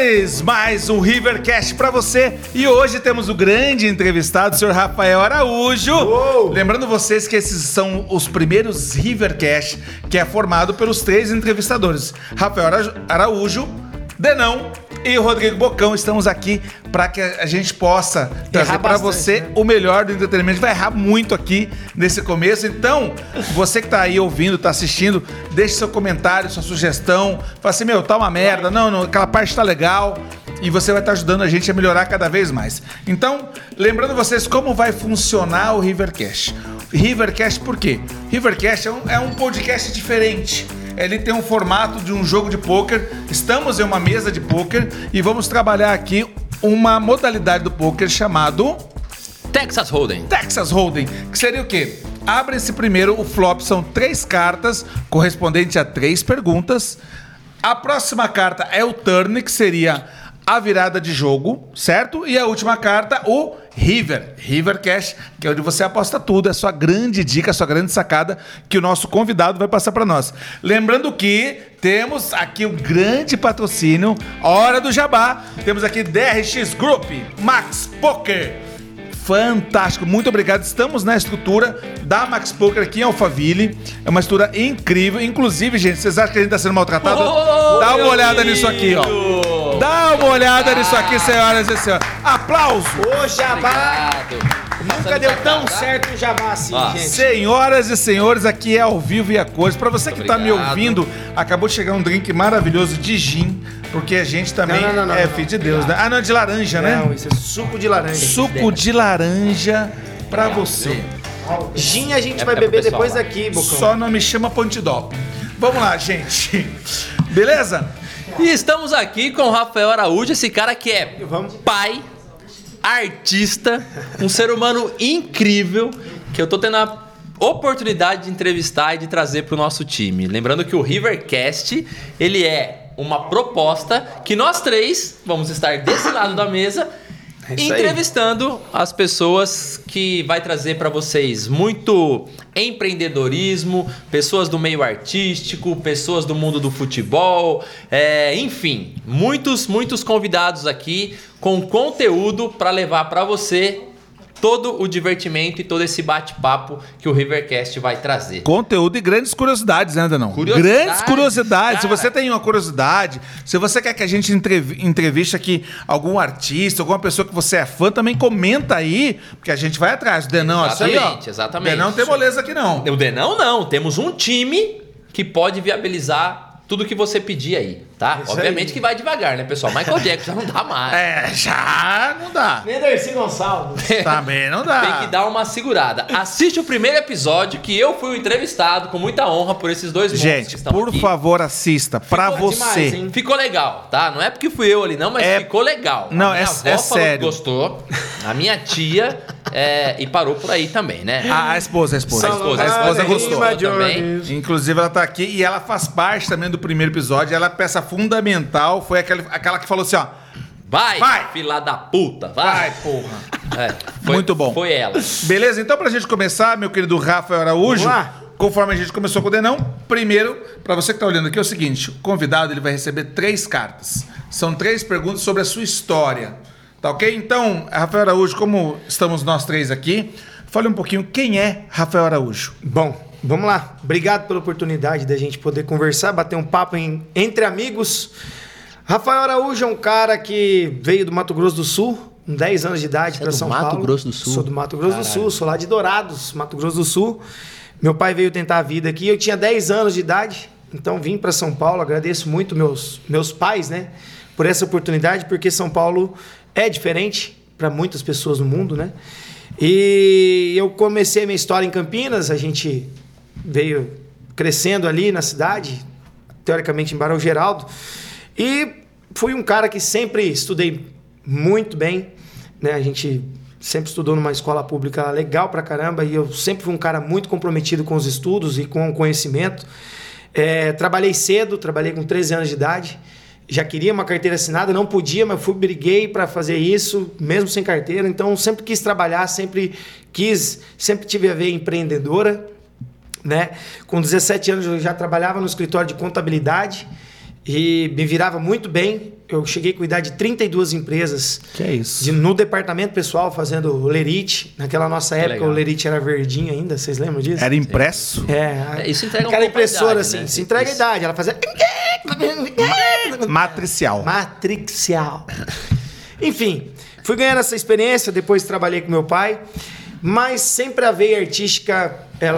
senhores, mais um Rivercast para você. E hoje temos o grande entrevistado, o senhor Rafael Araújo. Lembrando vocês que esses são os primeiros Rivercast, que é formado pelos 3 entrevistadores. Rafael Araújo, Denão e Rodrigo Bocão. Estamos aqui para que a gente possa trazer para você, né, o melhor do entretenimento. A gente vai errar muito aqui nesse começo. Então, você que tá aí ouvindo, tá assistindo, deixe seu comentário, sua sugestão. Fala assim, tá uma merda. Não, aquela parte tá legal. E você vai estar ajudando a gente a melhorar cada vez mais. Então, lembrando vocês como vai funcionar o Rivercast. Rivercast por quê? Rivercast é um podcast diferente. Ele tem um formato de um jogo de pôquer. Estamos em uma mesa de pôquer e vamos trabalhar aqui uma modalidade do pôquer chamado Texas Hold'em. Texas Hold'em, que seria o quê? Abre-se primeiro o flop, são 3 cartas correspondentes a 3 perguntas. A próxima carta é o turn, que seria a virada de jogo, certo? E a última carta, o Rivercast, que é onde você aposta tudo, é a sua grande dica, a sua grande sacada que o nosso convidado vai passar para nós. Lembrando que temos aqui um grande patrocínio, Hora do Jabá, temos aqui DRX Group, Max Poker. Fantástico, muito obrigado. Estamos na estrutura da Max Poker aqui em Alphaville. É uma estrutura incrível. Inclusive, gente, vocês acham que a gente está sendo maltratado? Dá uma olhada nisso aqui, ó. Dá uma olhada nisso aqui, senhoras e senhores. Aplauso! Ô, Jabá! Nunca deu tão certo o Jabá assim, gente. Senhoras e senhores, aqui é ao vivo e a cores. Para você que está me ouvindo, acabou de chegar um drink maravilhoso de gin, porque a gente também é filho de Deus, né? Ah, não, é de laranja, né? Não, isso é suco de laranja. Suco de laranja para você. Gin a gente vai beber depois daqui, Bocão. Só não me chama Pontidop. Vamos lá, gente. Beleza? E estamos aqui com o Rafael Araújo, esse cara que é pai, artista, um ser humano incrível, que eu tô tendo a oportunidade de entrevistar e de trazer pro nosso time. Lembrando que o Rivercast, ele é uma proposta que nós 3 vamos estar desse lado da mesa entrevistando as pessoas que vai trazer para vocês muito empreendedorismo, pessoas do meio artístico, pessoas do mundo do futebol, enfim, muitos convidados aqui com conteúdo para levar para você todo o divertimento e todo esse bate-papo que o Rivercast vai trazer. Conteúdo e grandes curiosidades, né, Danão? Grandes curiosidades. Cara. Se você tem uma curiosidade, se você quer que a gente entreviste aqui algum artista, alguma pessoa que você é fã, também comenta aí, porque a gente vai atrás. O Denão, exatamente. Denão não tem moleza aqui, não. O Denão não. Temos um time que pode viabilizar tudo que você pedir aí, tá? Obviamente que vai devagar, né, pessoal? Michael Jackson já não dá mais. Já não dá. Nem Dercy Gonçalves. Também não dá. Tem que dar uma segurada. Assiste o primeiro episódio que eu fui o entrevistado com muita honra por esses 2 monstros que estão aqui. Por favor, assista. Pra você. Demais, ficou legal, tá? Não é porque fui eu ali não, mas ficou legal. Não, a minha avó falou sério. Que gostou. A minha tia e parou por aí também, né? A esposa gostou também. Inclusive ela tá aqui e ela faz parte também do primeiro episódio. Ela é peça fundamental. Foi aquela que falou assim, ó. Vai, filha da puta, vai porra. Muito bom. Foi ela. Beleza, então pra gente começar, meu querido Rafael Araújo, conforme a gente começou com o Denão, primeiro, pra você que tá olhando aqui, é o seguinte, o convidado ele vai receber 3 cartas. São 3 perguntas sobre a sua história. Tá ok? Então, Rafael Araújo, como estamos nós 3 aqui, fale um pouquinho quem é Rafael Araújo. Bom, vamos lá. Obrigado pela oportunidade da gente poder conversar, bater um papo entre amigos. Rafael Araújo é um cara que veio do Mato Grosso do Sul, com 10 anos de idade para São Paulo. Mato Grosso do Sul? Sou do Mato Grosso do Sul, sou lá de Dourados, Mato Grosso do Sul. Meu pai veio tentar a vida aqui, eu tinha 10 anos de idade, então vim para São Paulo. Agradeço muito meus pais, né, por essa oportunidade, porque São Paulo é diferente para muitas pessoas no mundo, né? E eu comecei minha história em Campinas, a gente veio crescendo ali na cidade, teoricamente em Barão Geraldo, e fui um cara que sempre estudei muito bem, né? A gente sempre estudou numa escola pública legal pra caramba, e eu sempre fui um cara muito comprometido com os estudos e com o conhecimento. Trabalhei cedo, trabalhei com 13 anos de idade, já queria uma carteira assinada, não podia, mas briguei para fazer isso, mesmo sem carteira. Então, sempre quis trabalhar, sempre tive a ver empreendedora, né? Com 17 anos eu já trabalhava no escritório de contabilidade e me virava muito bem. Eu cheguei a cuidar de 32 empresas. Que é isso? No departamento pessoal, fazendo o Lerite. Naquela nossa época, legal. o Lerite era verdinho ainda, vocês lembram disso? Era impresso? Isso entrega aquela pouco a impressora idade, assim, né? se entrega a idade. Ela fazia... Matricial. Matricial. Enfim, fui ganhando essa experiência, depois trabalhei com meu pai, mas sempre a veia artística,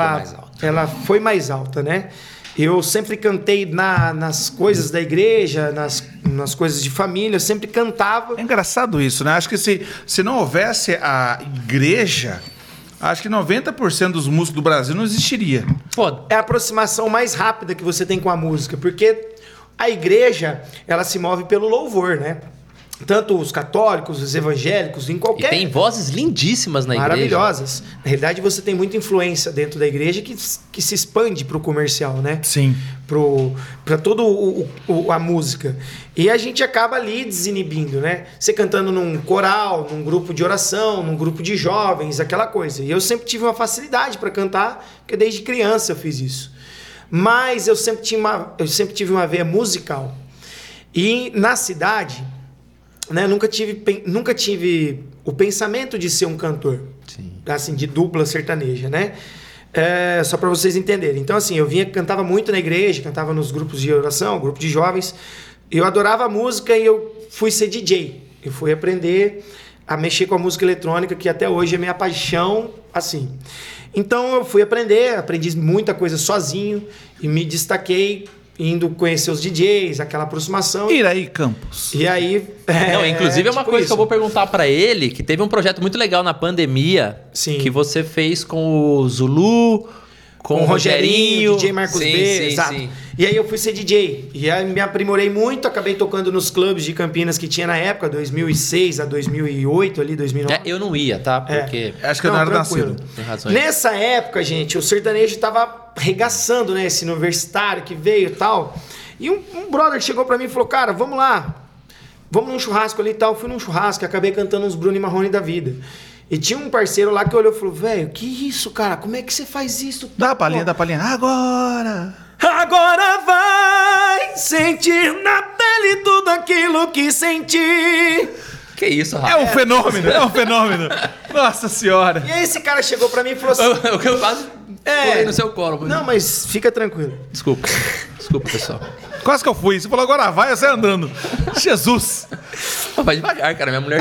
ela foi mais alta, né? Eu sempre cantei nas coisas da igreja, nas coisas de família, eu sempre cantava. É engraçado isso, né? Acho que se não houvesse a igreja, acho que 90% dos músicos do Brasil não existiria. Pô, É a aproximação mais rápida que você tem com a música, porque a igreja, ela se move pelo louvor, né? Tanto os católicos, os evangélicos, em e qualquer... tem vozes lindíssimas na igreja. Maravilhosas. Na realidade, você tem muita influência dentro da igreja que se expande para o comercial, né? Sim. Para toda a música. E a gente acaba ali desinibindo, né? Você cantando num coral, num grupo de oração, num grupo de jovens, aquela coisa. E eu sempre tive uma facilidade para cantar, porque desde criança eu fiz isso. Mas eu sempre tive uma veia musical. E na cidade... né, nunca tive o pensamento de ser um cantor. Sim. Assim, de dupla sertaneja, né? Só para vocês entenderem. Então, assim, cantava muito na igreja, cantava nos grupos de oração, grupo de jovens. Eu adorava a música e eu fui ser DJ. Eu fui aprender a mexer com a música eletrônica, que até hoje é minha paixão, assim. Então, eu fui aprendi muita coisa sozinho e me destaquei indo conhecer os DJs, aquela aproximação. Iraí Campos. E aí... Não, inclusive é uma tipo coisa isso. que eu vou perguntar pra ele, que teve um projeto muito legal na pandemia, Sim. que você fez com o Zulu, com o Rogerinho, DJ Marcos sim, B, sim, exato. sim. E aí eu fui ser DJ. E aí me aprimorei muito, acabei tocando nos clubes de Campinas que tinha na época, 2006 a 2008, ali, 2009. Eu não ia, tá? Porque... Acho que eu não era tranquilo. nascido. Tem razão aí. Nessa época, gente, o sertanejo tava arregaçando, né? Esse universitário que veio e tal. E um brother chegou pra mim e falou, cara, vamos lá. Vamos num churrasco ali e tal. Fui num churrasco e acabei cantando uns Bruno e Marrone da vida. E tinha um parceiro lá que olhou e falou, velho, que isso, cara? Como é que você faz isso? Dá a palhinha. Agora! Agora vai sentir na pele tudo aquilo que senti. Que isso, É Rafa? um fenômeno. Nossa senhora. E aí esse cara chegou pra mim e falou assim... O que eu faço? Pulei no seu colo. Não, mas fica tranquilo. Desculpa, pessoal. Quase que eu fui. Você falou agora vai, eu saí andando. Jesus. Pô, vai devagar, cara. Minha mulher...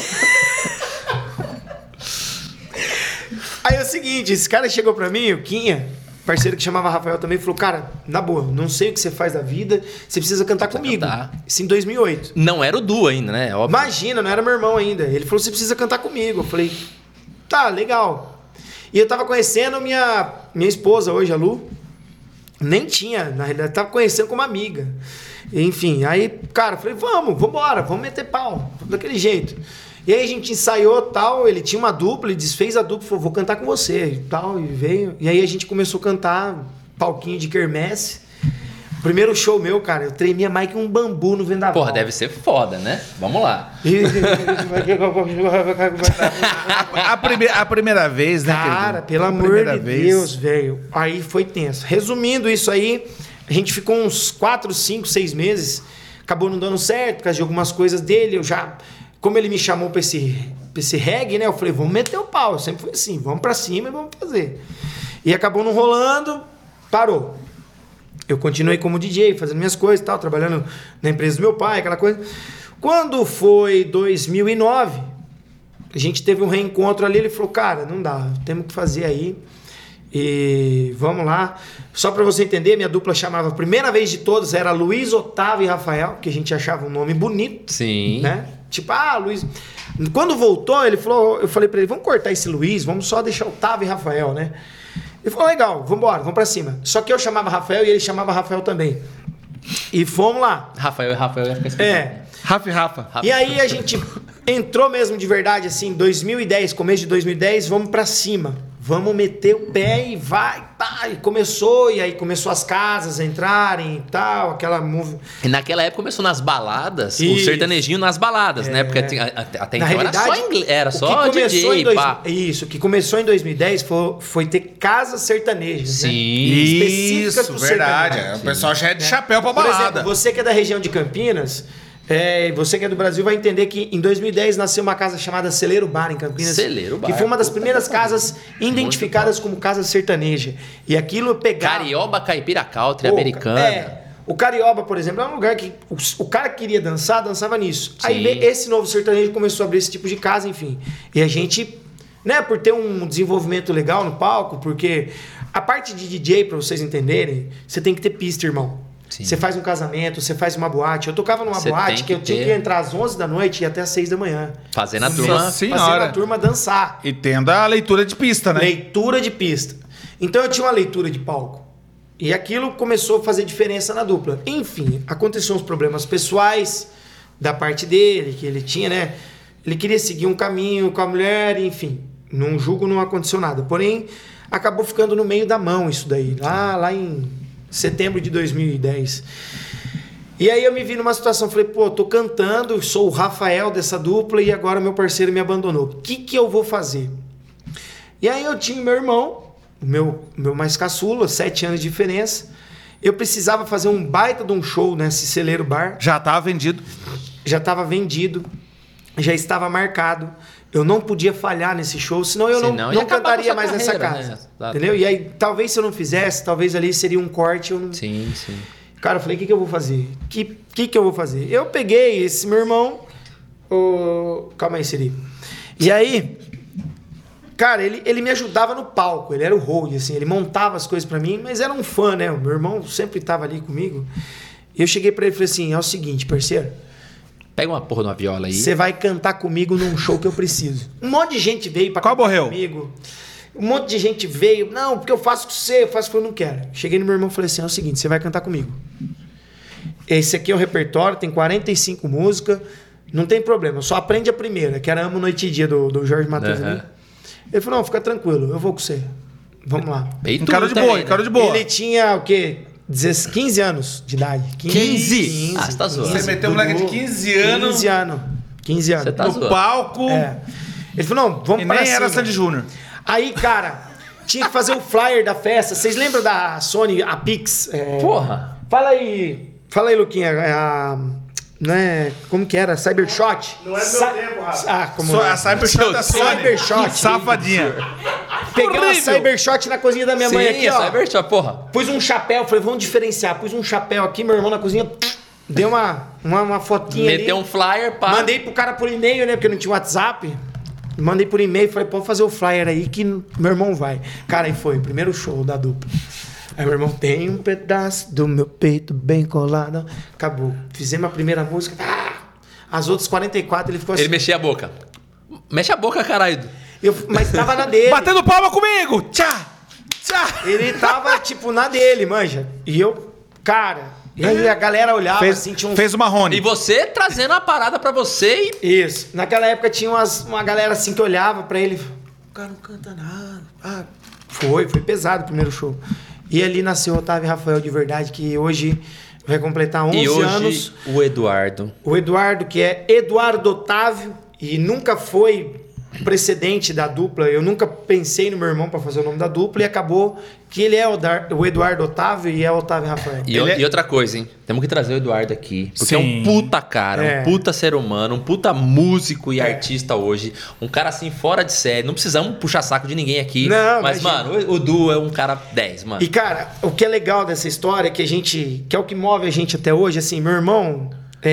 Aí é o seguinte, esse cara chegou pra mim, o Quinha, parceiro que chamava Rafael também, falou, cara, na boa, não sei o que você faz da vida, você precisa cantar comigo. cantar. Isso em 2008. Não era o Du ainda, né? Óbvio. Imagina, não era meu irmão ainda. Ele falou, você precisa cantar comigo. Eu falei, tá, legal. E eu tava conhecendo minha esposa hoje, a Lu. Nem tinha, na realidade, tava conhecendo como amiga. Enfim, aí, cara, eu falei, vambora, vamos meter pau, daquele jeito. E aí a gente ensaiou tal, ele tinha uma dupla, ele desfez a dupla, falou, vou cantar com você e tal, e veio. E aí a gente começou a cantar palquinho de quermesse. Primeiro show meu, cara, eu tremia mais que um bambu no vendaval. Porra, deve ser foda, né? Vamos lá. A primeira vez, né, Cara, querido? pelo A amor primeira de vez. Deus, velho. Aí foi tenso. Resumindo isso aí, a gente ficou uns 4, 5, 6 meses. Acabou não dando certo, por causa de algumas coisas dele. Como ele me chamou pra esse reggae, né? Eu falei, vamos meter o pau. Eu sempre fui assim, vamos pra cima e vamos fazer. E acabou não rolando, parou. Eu continuei como DJ, fazendo minhas coisas e tal, trabalhando na empresa do meu pai, aquela coisa. Quando foi 2009, a gente teve um reencontro ali, ele falou, cara, não dá, temos que fazer aí. E vamos lá. Só para você entender, minha dupla chamava, a primeira vez de todas, era Luiz, Otávio e Rafael, que a gente achava um nome bonito. Sim. Né? Tipo, Luiz... Quando voltou, ele falou, eu falei para ele, vamos cortar esse Luiz, vamos só deixar Otávio e Rafael, né? Ele falou, legal, vambora, vamos pra cima. Só que eu chamava Rafael e ele chamava Rafael também. E fomos lá. Rafael ia ficar esquecido. Rafa. E aí a gente entrou mesmo de verdade, assim, 2010, começo de 2010, vamos pra cima. vamos meter o pé e vai, tá. E começou, e aí começou as casas a entrarem e tal, aquela... E naquela época começou nas baladas, Isso. o sertanejinho nas baladas, né? Porque até então era só o que começou DJ, pá. Isso, o que começou em 2010 foi ter casas sertanejas, Sim. né? Isso, Específicas pro verdade. sertanejo. O pessoal já é de chapéu pra Por balada. exemplo, você que é da região de Campinas, você que é do Brasil vai entender que em 2010 nasceu uma casa chamada Celeiro Bar em Campinas. Celeiro Bar. Que foi uma das primeiras casas identificadas como casa sertaneja. E aquilo pegava... Carioba, caipira country, americana. O Carioba, por exemplo, é um lugar que o cara que queria dançar, dançava nisso. Sim. Aí esse novo sertanejo começou a abrir esse tipo de casa, enfim. E a gente, né, por ter um desenvolvimento legal no palco, porque a parte de DJ, pra vocês entenderem, você tem que ter pista, irmão. Sim. Você faz um casamento, você faz uma boate. Eu tocava numa Você boate tem que eu que tinha ter. que entrar às 11 da noite e até às 6 da manhã. Fazendo a Nossa turma. Senhora. Fazendo a turma dançar. E tendo a leitura de pista, né? Leitura de pista. Então eu tinha uma leitura de palco. E aquilo começou a fazer diferença na dupla. Enfim, aconteceram uns problemas pessoais da parte dele, que ele tinha, né? Ele queria seguir um caminho com a mulher, enfim. Num julgo não aconteceu nada. Porém, acabou ficando no meio da mão isso daí. Lá em setembro de 2010. E aí eu me vi numa situação, falei, pô, tô cantando, sou o Rafael dessa dupla e agora meu parceiro me abandonou. O que eu vou fazer? E aí eu tinha meu irmão, o meu mais caçula, 7 anos de diferença. Eu precisava fazer um baita de um show nesse Celeiro Bar. Já tá vendido. Já estava vendido, já estava marcado. Eu não podia falhar nesse show, senão eu Senão, não ia acabar cantaria com a sua mais nessa carreira, casa. né? Entendeu? E aí, talvez se eu não fizesse, talvez ali seria um corte. Eu não... Sim, sim. Cara, eu falei, o que eu vou fazer? Que eu vou fazer? Eu peguei esse meu irmão... Calma aí, Siri. E aí... Cara, ele me ajudava no palco, ele era o hold, assim, ele montava as coisas pra mim, mas era um fã, né? O meu irmão sempre tava ali comigo. E eu cheguei pra ele e falei assim, é o seguinte, parceiro, Pega uma porra de uma viola aí. você vai cantar comigo num show que eu preciso. Um monte de gente veio pra Qual cantar morreu? comigo. Um monte de gente veio, não, porque eu faço com você, eu faço com eu não quero. Cheguei no meu irmão e falei assim, é o seguinte, você vai cantar comigo. Esse aqui é o repertório, tem 45 músicas, não tem problema, só aprende a primeira, que era Amo Noite e Dia do Jorge Matheus. Uhum. Ele falou, não, fica tranquilo, eu vou com você. Vamos lá. Encarou de boa, encarou de boa. Ele tinha o quê? 15 anos de idade. 15? Ah, você tá zoando. Você meteu um moleque de 15 anos 15 anos. 15 anos. Você tá no zoando. palco Ele falou, não, vamos e pra nem cima. era Sandy Júnior. Aí, cara, tinha que fazer o flyer da festa. Vocês lembram da Sony, a Pix? Porra. Fala aí, Luquinha. Não é... Como que era? Cybershot? Não é meu tempo, Rafa. Como é? A Cybershot da Sony. Cybershot. Safadinha. Peguei uma Horrível. Cybershot na cozinha da minha mãe Sim, aqui, a ó. Cybershot, porra. Pus um chapéu, falei, vamos diferenciar. Pus um chapéu aqui, meu irmão na cozinha, deu uma fotinha Meteu ali. um flyer, pá. Mandei pro cara por e-mail, né? Porque não tinha WhatsApp. Mandei por e-mail, falei, pode fazer o flyer aí que meu irmão vai. Cara, aí foi, primeiro show da dupla. Aí meu irmão, tem um pedaço do meu peito bem colado. Acabou. Fizemos a primeira música. As outras 44 ele ficou assim. Ele mexia a boca. Mexe a boca, caralho. Mas tava na dele. Batendo palma comigo. Tchá. Tchá. Ele tava, tipo, na dele, manja. E eu, cara... E aí a galera olhava, assim, tinha uns... Fez uma Rony. E você trazendo a parada pra você e... Isso. Naquela época tinha uma galera assim que olhava pra ele. O cara não canta nada. Foi pesado o primeiro show. E ali nasceu o Otávio e Rafael de verdade, que hoje vai completar 11 E hoje, anos. o Eduardo. O Eduardo, que é Eduardo Otávio, e nunca foi precedente da dupla. Eu nunca pensei no meu irmão pra fazer o nome da dupla, e acabou que ele é o Eduardo Otávio e é o Otávio e Rafael. E outra coisa, hein? Temos que trazer o Eduardo aqui. Porque é Sim. um puta cara, É. um puta ser humano, um puta músico e artista hoje. Um cara assim, fora de série. Não precisamos puxar saco de ninguém aqui. Não, mas, imagina. mano, o Du é um cara 10, mano. E, cara, o que é legal dessa história é que é o que move a gente até hoje, assim, meu irmão,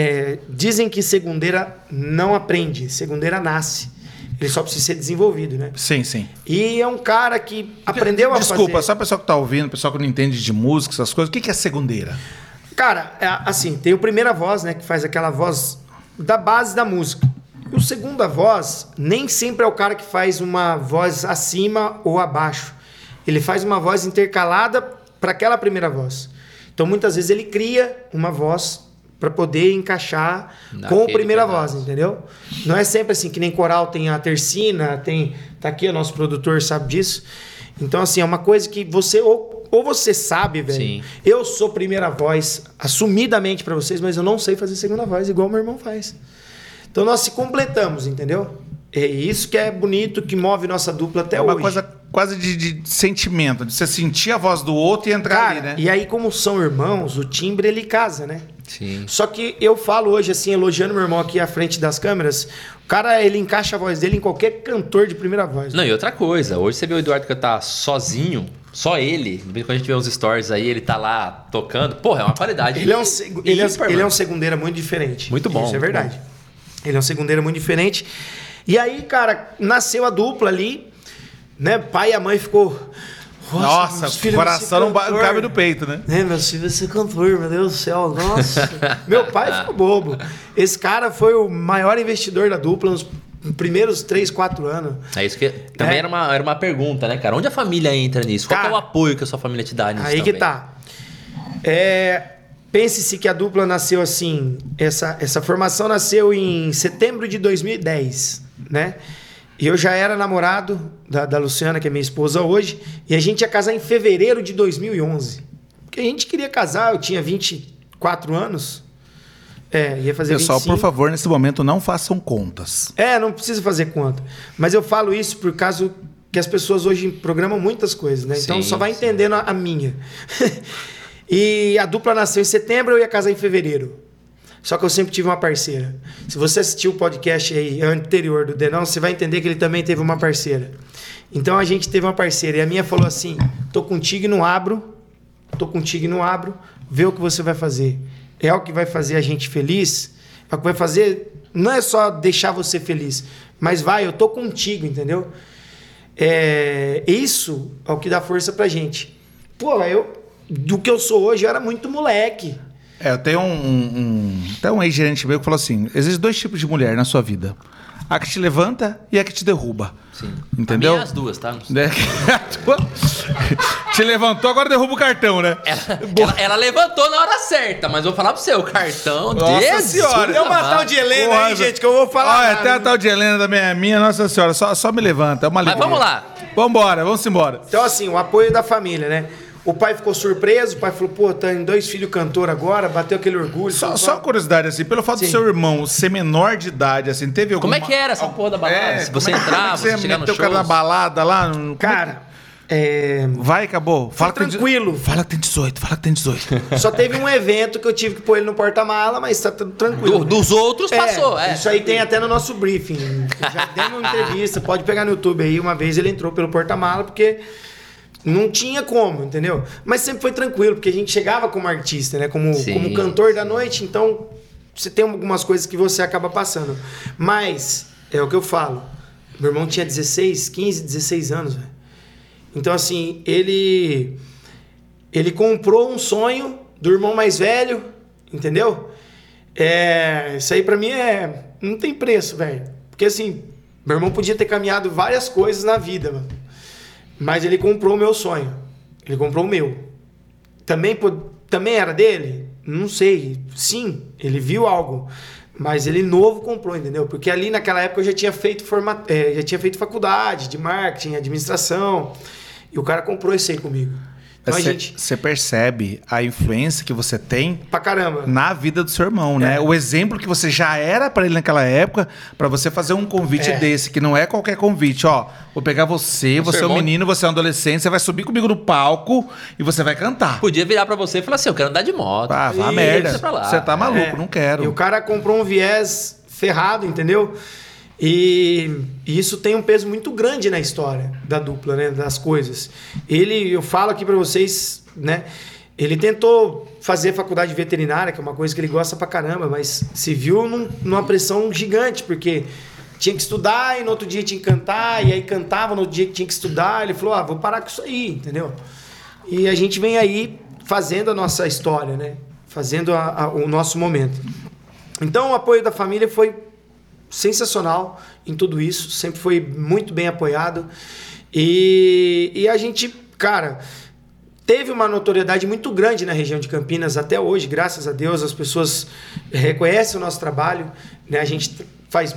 dizem que segundeira não aprende, segundeira nasce. Ele só precisa ser desenvolvido, né? Sim, sim. E é um cara que aprendeu a Desculpa, fazer... só o pessoal que tá ouvindo, o pessoal que não entende de música, essas coisas. O que é segundeira? Cara, assim, tem o primeira voz, né? Que faz aquela voz da base da música. E o segunda voz nem sempre é o cara que faz uma voz acima ou abaixo. Ele faz uma voz intercalada para aquela primeira voz. Então, muitas vezes, ele cria uma voz para poder encaixar com o primeira voz, entendeu? Não é sempre assim, que nem coral tem a tercina, tá aqui o nosso produtor sabe disso. Então, assim, é uma coisa que você ou você sabe, velho. Sim. Eu sou primeira voz, assumidamente para vocês, mas eu não sei fazer segunda voz igual meu irmão faz. Então, nós se completamos, entendeu? É isso que é bonito, que move nossa dupla até hoje. É uma coisa quase de sentimento, de você sentir a voz do outro e entrar Cara, ali, né? e aí, como são irmãos, o timbre, ele casa, né? Sim. Só que eu falo hoje, assim, elogiando meu irmão aqui à frente das câmeras, o cara, ele encaixa a voz dele em qualquer cantor de primeira voz. Não, e outra coisa, hoje você vê o Eduardo cantar sozinho, só ele. Quando a gente vê uns stories aí, ele tá lá tocando. Porra, é uma qualidade. Ele é ímpar, um segundero muito diferente. Muito bom. Isso é verdade. Ele é um segundero muito diferente. E aí, cara, nasceu a dupla ali, né? Pai e a mãe ficou... Nossa, o coração não cabe no peito, né? Meu filho vai ser cantor, meu Deus do céu. Nossa. Meu pai ficou bobo. Esse cara foi o maior investidor da dupla nos primeiros 3, 4 anos. É isso que também era uma pergunta, né, cara? Onde a família entra nisso? Qual que é o apoio que a sua família te dá nisso aí também? que tá. Pense-se que a dupla nasceu assim... Essa formação nasceu em setembro de 2010, né? E eu já era namorado da Luciana, que é minha esposa hoje, e a gente ia casar em fevereiro de 2011. Porque a gente queria casar, eu tinha 24 anos, ia fazer Pessoal, 25. por favor, nesse momento não façam contas. Não precisa fazer conta. Mas eu falo isso por causa que as pessoas hoje programam muitas coisas, né? Então Sim, só vai entendendo a minha. E a dupla nasceu em setembro, eu ia casar em fevereiro. Só que eu sempre tive uma parceira. Se você assistiu o podcast aí anterior do Denão, você vai entender que ele também teve uma parceira. Então a gente teve uma parceira. E a minha falou assim: tô contigo e não abro. Vê o que você vai fazer. É o que vai fazer a gente feliz. É o que vai fazer. Não é só deixar você feliz, mas eu tô contigo, entendeu? Isso é o que dá força pra gente. Pô, do que eu sou hoje, eu era muito moleque. Eu tenho até um ex-gerente meu que falou assim: existem 2 tipos de mulher na sua vida. A que te levanta e a que te derruba. Sim. Entendeu? A minha é as duas, tá? Te levantou, agora derruba o cartão, né? Ela levantou na hora certa, mas eu vou falar pra você, o cartão... Nossa senhora! Tem uma tal de Helena aí, gente, que eu vou falar. Olha, até a tal de Helena também é minha, nossa senhora. Só me levanta, é uma alegria. Mas vamos lá. Vamos embora. Então, assim, o apoio da família, né? O pai ficou surpreso, o pai falou, pô, tá em 2 filhos cantor agora, bateu aquele orgulho. Só curiosidade, assim, pelo fato do seu irmão ser menor de idade, assim, teve alguma... Como é que era essa porra da balada? Se você entrava, você chegava no show... o cara na balada lá... Cara, Vai, acabou. Fala tranquilo. Fala que tem 18, fala que tem 18. Só teve um evento que eu tive que pôr ele no porta-mala, mas tá tudo tranquilo. Dos outros passou, Isso aí tem até no nosso briefing. Já demos uma entrevista, pode pegar no YouTube aí. Uma vez ele entrou pelo porta-mala, porque... não tinha como, entendeu? Mas sempre foi tranquilo, porque a gente chegava como artista, né? Como cantor da noite, então você tem algumas coisas que você acaba passando. Mas, é o que eu falo, meu irmão tinha 16 anos, velho. Então, assim, ele comprou um sonho do irmão mais velho, entendeu? Isso aí pra mim não tem preço, velho. Porque, assim, meu irmão podia ter caminhado várias coisas na vida, mano. Mas ele comprou o meu sonho. Ele comprou o meu. Também era dele? Não sei. Sim, ele viu algo. Mas ele novo comprou, entendeu? Porque ali naquela época eu já tinha feito faculdade de marketing, administração. E o cara comprou isso aí comigo. Então Você percebe a influência que você tem pra caramba na vida do seu irmão, né? O exemplo que você já era pra ele naquela época, pra você fazer um convite desse, que não é qualquer convite. Ó, vou pegar você é um menino, você é um adolescente, você vai subir comigo no palco e você vai cantar. Podia virar pra você e falar assim, eu quero andar de moto. Ah, vá merda. Você tá maluco, não quero. E o cara comprou um viés ferrado, entendeu? E isso tem um peso muito grande na história da dupla, né? Das coisas. Eu falo aqui pra vocês, né? Ele tentou fazer faculdade veterinária, que é uma coisa que ele gosta pra caramba, mas se viu numa pressão gigante, porque tinha que estudar e no outro dia tinha que cantar, e aí cantava no outro dia que tinha que estudar. Ele falou, vou parar com isso aí, entendeu? E a gente vem aí fazendo a nossa história, né? Fazendo o nosso momento. Então o apoio da família foi sensacional em tudo isso, sempre foi muito bem apoiado e a gente, cara, teve uma notoriedade muito grande na região de Campinas até hoje, graças a Deus, as pessoas reconhecem o nosso trabalho, né? A gente faz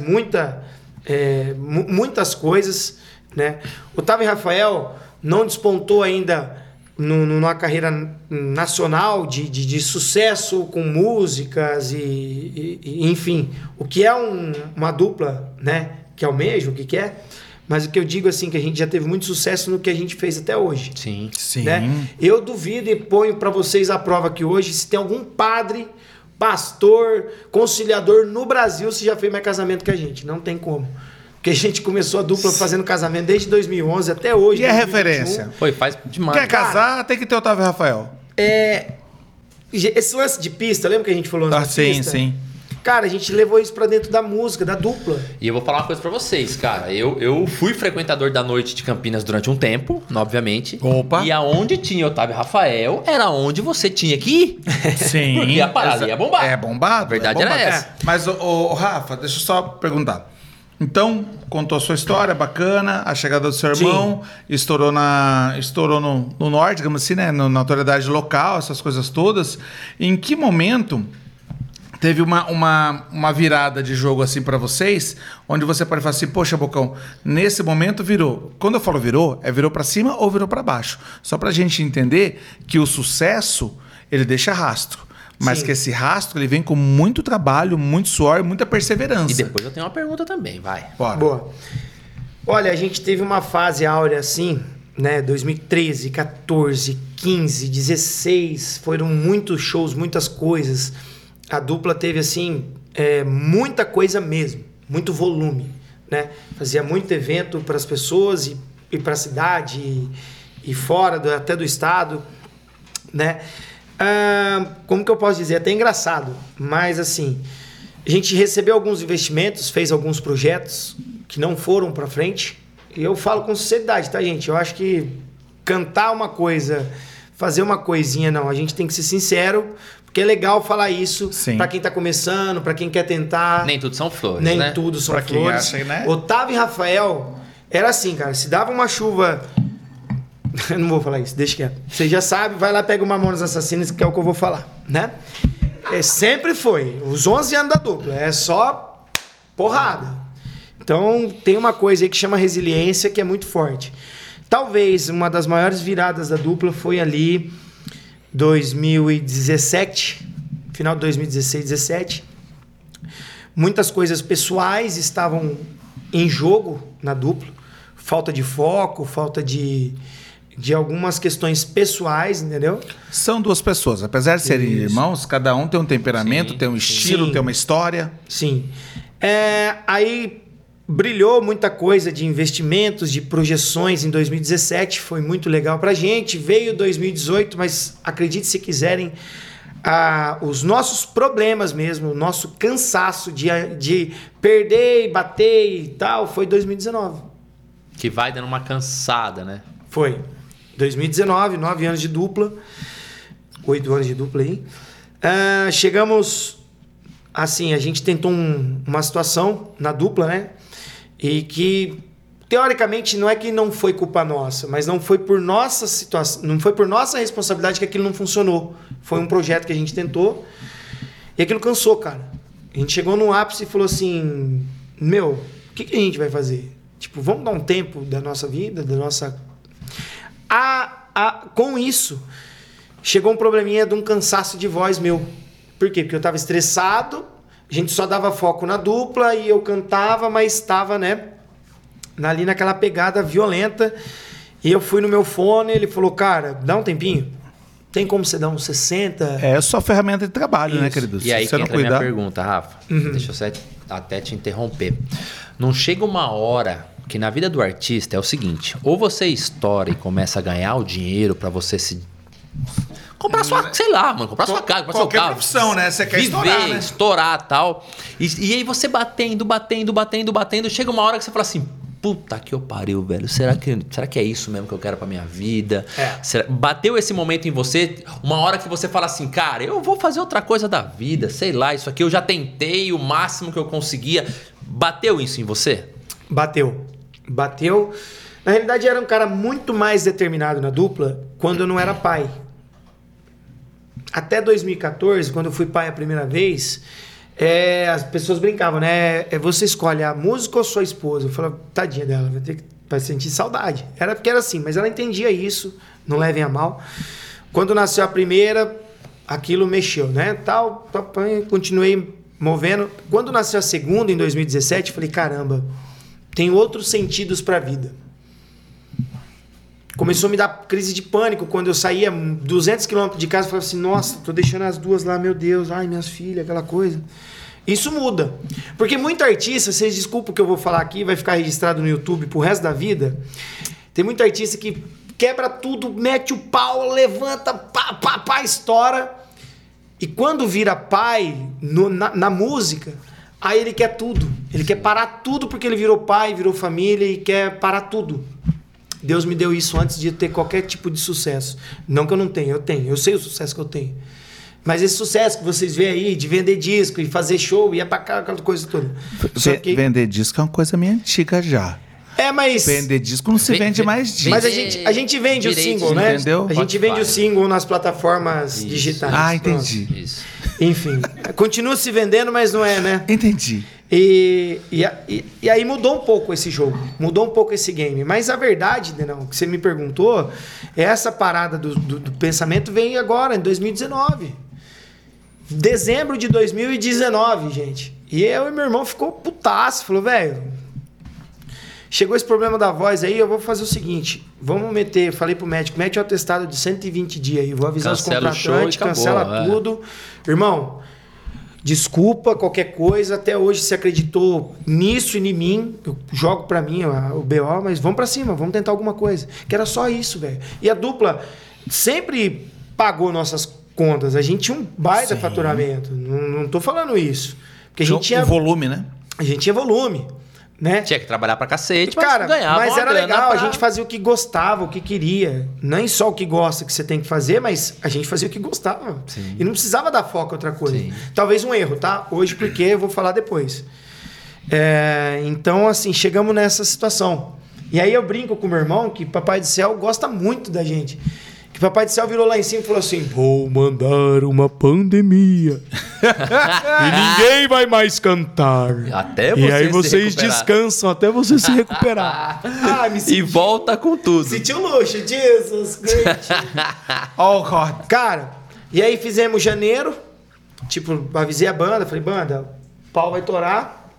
muitas coisas, né? Otávio e Rafael não despontou ainda numa carreira nacional de sucesso com músicas enfim, o que é uma dupla, né? Que almeja, o que é. Mas o que eu digo assim, que a gente já teve muito sucesso no que a gente fez até hoje. Sim. Né? Eu duvido e ponho para vocês à prova que hoje, se tem algum padre, pastor, conciliador no Brasil, se já fez mais casamento que a gente. Não tem como. Porque a gente começou a dupla fazendo casamento desde 2011 até hoje. E a referência? Foi, faz demais. Quer casar, tem que ter Otávio e Rafael. Esse lance de pista, lembra que a gente falou antes da pista? Sim. Cara, a gente levou isso pra dentro da música, da dupla. E eu vou falar uma coisa pra vocês, cara. Eu fui frequentador da noite de Campinas durante um tempo, obviamente. Opa! E aonde tinha Otávio e Rafael, era onde você tinha que ir. Sim. Porque a parada ia bombar. É bombado. A verdade era essa. Mas, Rafa, deixa eu só perguntar. Então, contou a sua história, bacana, a chegada do seu irmão, estourou no norte, digamos assim, né? Na autoridade local, essas coisas todas. Em que momento teve uma virada de jogo assim pra vocês, onde você pode falar assim, poxa, Bocão, nesse momento virou. Quando eu falo virou, virou pra cima ou virou pra baixo. Só pra gente entender que o sucesso, ele deixa rastro. Mas que esse rastro, ele vem com muito trabalho, muito suor, muita perseverança. E depois eu tenho uma pergunta também, vai. Bora. Boa. Olha, a gente teve uma fase áurea assim, né? 2013, 14, 15, 16, foram muitos shows, muitas coisas. A dupla teve, assim, muita coisa mesmo, muito volume, né? Fazia muito evento para as pessoas e para a cidade e fora até do estado, né? Como que eu posso dizer? Até engraçado, mas assim, a gente recebeu alguns investimentos, fez alguns projetos que não foram para frente, e eu falo com sinceridade, tá, gente? Eu acho que cantar uma coisa, fazer uma coisinha, não, a gente tem que ser sincero, porque é legal falar isso para quem tá começando, para quem quer tentar. Nem tudo são flores, Nem né? tudo são pra flores. quem acha, né? Otávio e Rafael era assim, cara, se dava uma chuva... Eu não vou falar isso, deixa quieto. Você já sabe, vai lá, pega o Mamonas Assassinas, que é o que eu vou falar, né? Sempre foi, os 11 anos da dupla, é só porrada. Então, tem uma coisa aí que chama resiliência, que é muito forte. Talvez uma das maiores viradas da dupla foi ali 2017, final de 2016, 2017. Muitas coisas pessoais estavam em jogo na dupla. Falta de foco, falta de algumas questões pessoais, entendeu? São duas pessoas. Apesar de serem irmãos, cada um tem um temperamento, tem um estilo, tem uma história. Sim. Aí brilhou muita coisa de investimentos, de projeções em 2017. Foi muito legal pra gente. Veio 2018, mas acredite se quiserem, os nossos problemas mesmo, o nosso cansaço de perder e bater e tal, foi 2019. Que vai dando uma cansada, né? Foi. 2019, 9 anos de dupla. 8 anos de dupla aí. Chegamos... Assim, a gente tentou uma situação na dupla, né? E que, teoricamente, não é que não foi culpa nossa, mas não foi por nossa situação, não foi por nossa responsabilidade que aquilo não funcionou. Foi um projeto que a gente tentou e aquilo cansou, cara. A gente chegou no ápice e falou assim, o que a gente vai fazer? Tipo, vamos dar um tempo da nossa vida, da nossa... Com isso, chegou um probleminha de um cansaço de voz meu. Por quê? Porque eu estava estressado, a gente só dava foco na dupla e eu cantava, mas estava, né, ali naquela pegada violenta. E eu fui no meu fone, ele falou, cara, dá um tempinho. Tem como você dar uns 60? É só ferramenta de trabalho, Isso. né, querido? E aí Se você que não entra a minha cuidar... pergunta, Rafa. Deixa eu até te interromper. Não chega uma hora que na vida do artista é o seguinte, ou você estoura e começa a ganhar o dinheiro pra você se... Comprar sua, sei lá, mano, comprar sua casa, comprar seu Qualquer carro. profissão, né? Você quer viver, estourar, né? estourar e tal. E aí você batendo, chega uma hora que você fala assim, puta que eu pariu, velho. Será que é isso mesmo que eu quero pra minha vida? Bateu esse momento em você, uma hora que você fala assim, cara, eu vou fazer outra coisa da vida, sei lá, isso aqui eu já tentei o máximo que eu conseguia. Bateu isso em você? Bateu. Na realidade, era um cara muito mais determinado na dupla quando eu não era pai. Até 2014, quando eu fui pai a primeira vez, as pessoas brincavam, né? Você escolhe a música ou sua esposa? Eu falava, tadinha dela, vai sentir saudade. Era porque era assim, mas ela entendia isso, não levem a mal. Quando nasceu a primeira, aquilo mexeu, né? Continuei movendo. Quando nasceu a segunda, em 2017, eu falei, caramba, tem outros sentidos para a vida. Começou a me dar crise de pânico quando eu saía 200 quilômetros de casa e falava assim, nossa, tô deixando as duas lá, meu Deus, ai, minhas filhas, aquela coisa. Isso muda. Porque muito artista, vocês desculpem o que eu vou falar aqui, vai ficar registrado no YouTube pro resto da vida. Tem muito artista que quebra tudo, mete o pau, levanta, pá, estoura. E quando vira pai na música, aí ele quer tudo. Ele quer parar tudo porque ele virou pai, virou família e quer parar tudo. Deus me deu isso antes de ter qualquer tipo de sucesso. Não que eu não tenha, eu tenho. Eu sei o sucesso que eu tenho. Mas esse sucesso que vocês veem aí, de vender disco e fazer show, e pra cá, aquela coisa toda. Vender disco é uma coisa meio antiga já. Mas... Vender disco não se vende mais disco. Mas a gente vende o single, né? Entendeu? A gente vende o single nas plataformas digitais. Ah, entendi. Isso. Enfim, continua se vendendo, mas não é, né? Entendi. E aí mudou um pouco esse jogo, mudou um pouco esse game. Mas a verdade, Denão, que você me perguntou, essa parada do pensamento veio agora, em 2019. Dezembro de 2019, gente. E eu e meu irmão ficou putaço, falou, velho, chegou esse problema da voz aí, eu vou fazer o seguinte, vamos meter, falei pro médico, mete o atestado de 120 dias aí, vou avisar cancela os contratantes, cancela tudo. Irmão, desculpa qualquer coisa, até hoje você acreditou nisso e em mim, eu jogo pra mim o BO, mas vamos pra cima, vamos tentar alguma coisa. Que era só isso, velho. E a dupla sempre pagou nossas contas, a gente tinha um baita faturamento, não tô falando isso. Porque a gente tinha volume, né? A gente tinha volume, né? Tinha que trabalhar pra cacete, cara, mas era legal, pra... a gente fazia o que gostava, o que queria. Nem só o que gosta que você tem que fazer, mas a gente fazia o que gostava. Sim. E não precisava dar foco em outra coisa. Sim. Talvez um erro, tá? Hoje, porque eu vou falar depois. Então, assim, chegamos nessa situação. E aí eu brinco com o meu irmão que Papai do Céu gosta muito da gente. Que Papai do Céu virou lá em cima e falou assim, vou mandar uma pandemia. E ninguém vai mais cantar. Até você e aí vocês se recuperar. Descansam até você se recuperar. E volta com tudo. Sentiu luxo, Jesus Christ. Oh, God. Cara, e aí fizemos janeiro. Tipo, avisei a banda, falei, banda, o pau vai torar.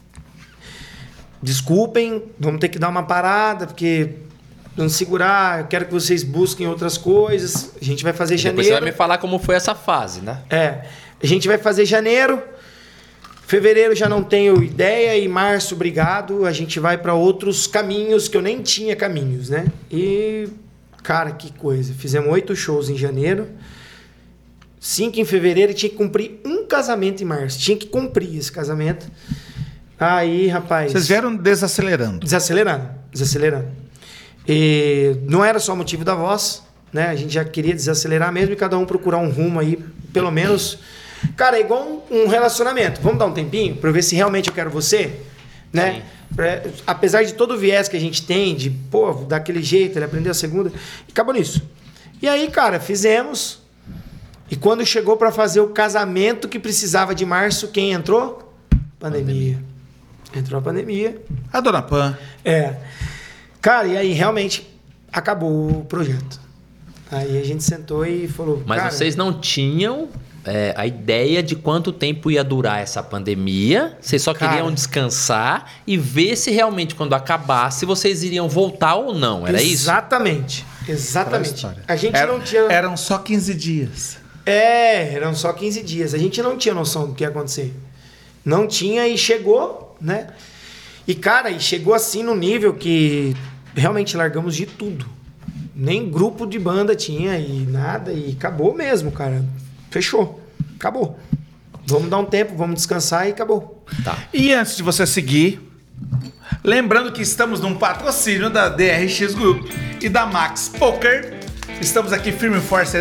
Desculpem, vamos ter que dar uma parada, porque não segurar, eu quero que vocês busquem outras coisas. A gente vai fazer janeiro. Depois você vai me falar como foi essa fase, né? A gente vai fazer janeiro. Fevereiro já não tenho ideia. E março, obrigado. A gente vai para outros caminhos que eu nem tinha caminhos, né? E, cara, que coisa. Fizemos 8 shows em janeiro. 5 em fevereiro e tinha que cumprir um casamento em março. Tinha que cumprir esse casamento. Aí, rapaz... Vocês vieram desacelerando. Desacelerando. E não era só o motivo da voz, né? A gente já queria desacelerar mesmo e cada um procurar um rumo aí, pelo menos... Cara, é igual um relacionamento. Vamos dar um tempinho para ver se realmente eu quero você, né? Apesar de todo o viés que a gente tem, de, pô, daquele jeito, ele aprendeu a segunda, e acabou nisso. E aí, cara, fizemos. E quando chegou para fazer o casamento que precisava de março, quem entrou? Pandemia. Entrou a pandemia. A Dona Pan. Cara, e aí realmente acabou o projeto. Aí a gente sentou e falou... Mas cara, vocês não tinham a ideia de quanto tempo ia durar essa pandemia. Vocês só queriam descansar e ver se realmente quando acabasse vocês iriam voltar ou não. Era isso? Exatamente. A gente não tinha... Eram só 15 dias. Eram só 15 dias. A gente não tinha noção do que ia acontecer. Não tinha e chegou, né? E, cara, e chegou assim no nível que realmente largamos de tudo. Nem grupo de banda tinha e nada. E acabou mesmo, cara. Fechou. Acabou. Vamos dar um tempo, vamos descansar e acabou. Tá. E antes de você seguir, lembrando que estamos num patrocínio da DRX Group e da Max Poker. Estamos aqui firme e forte.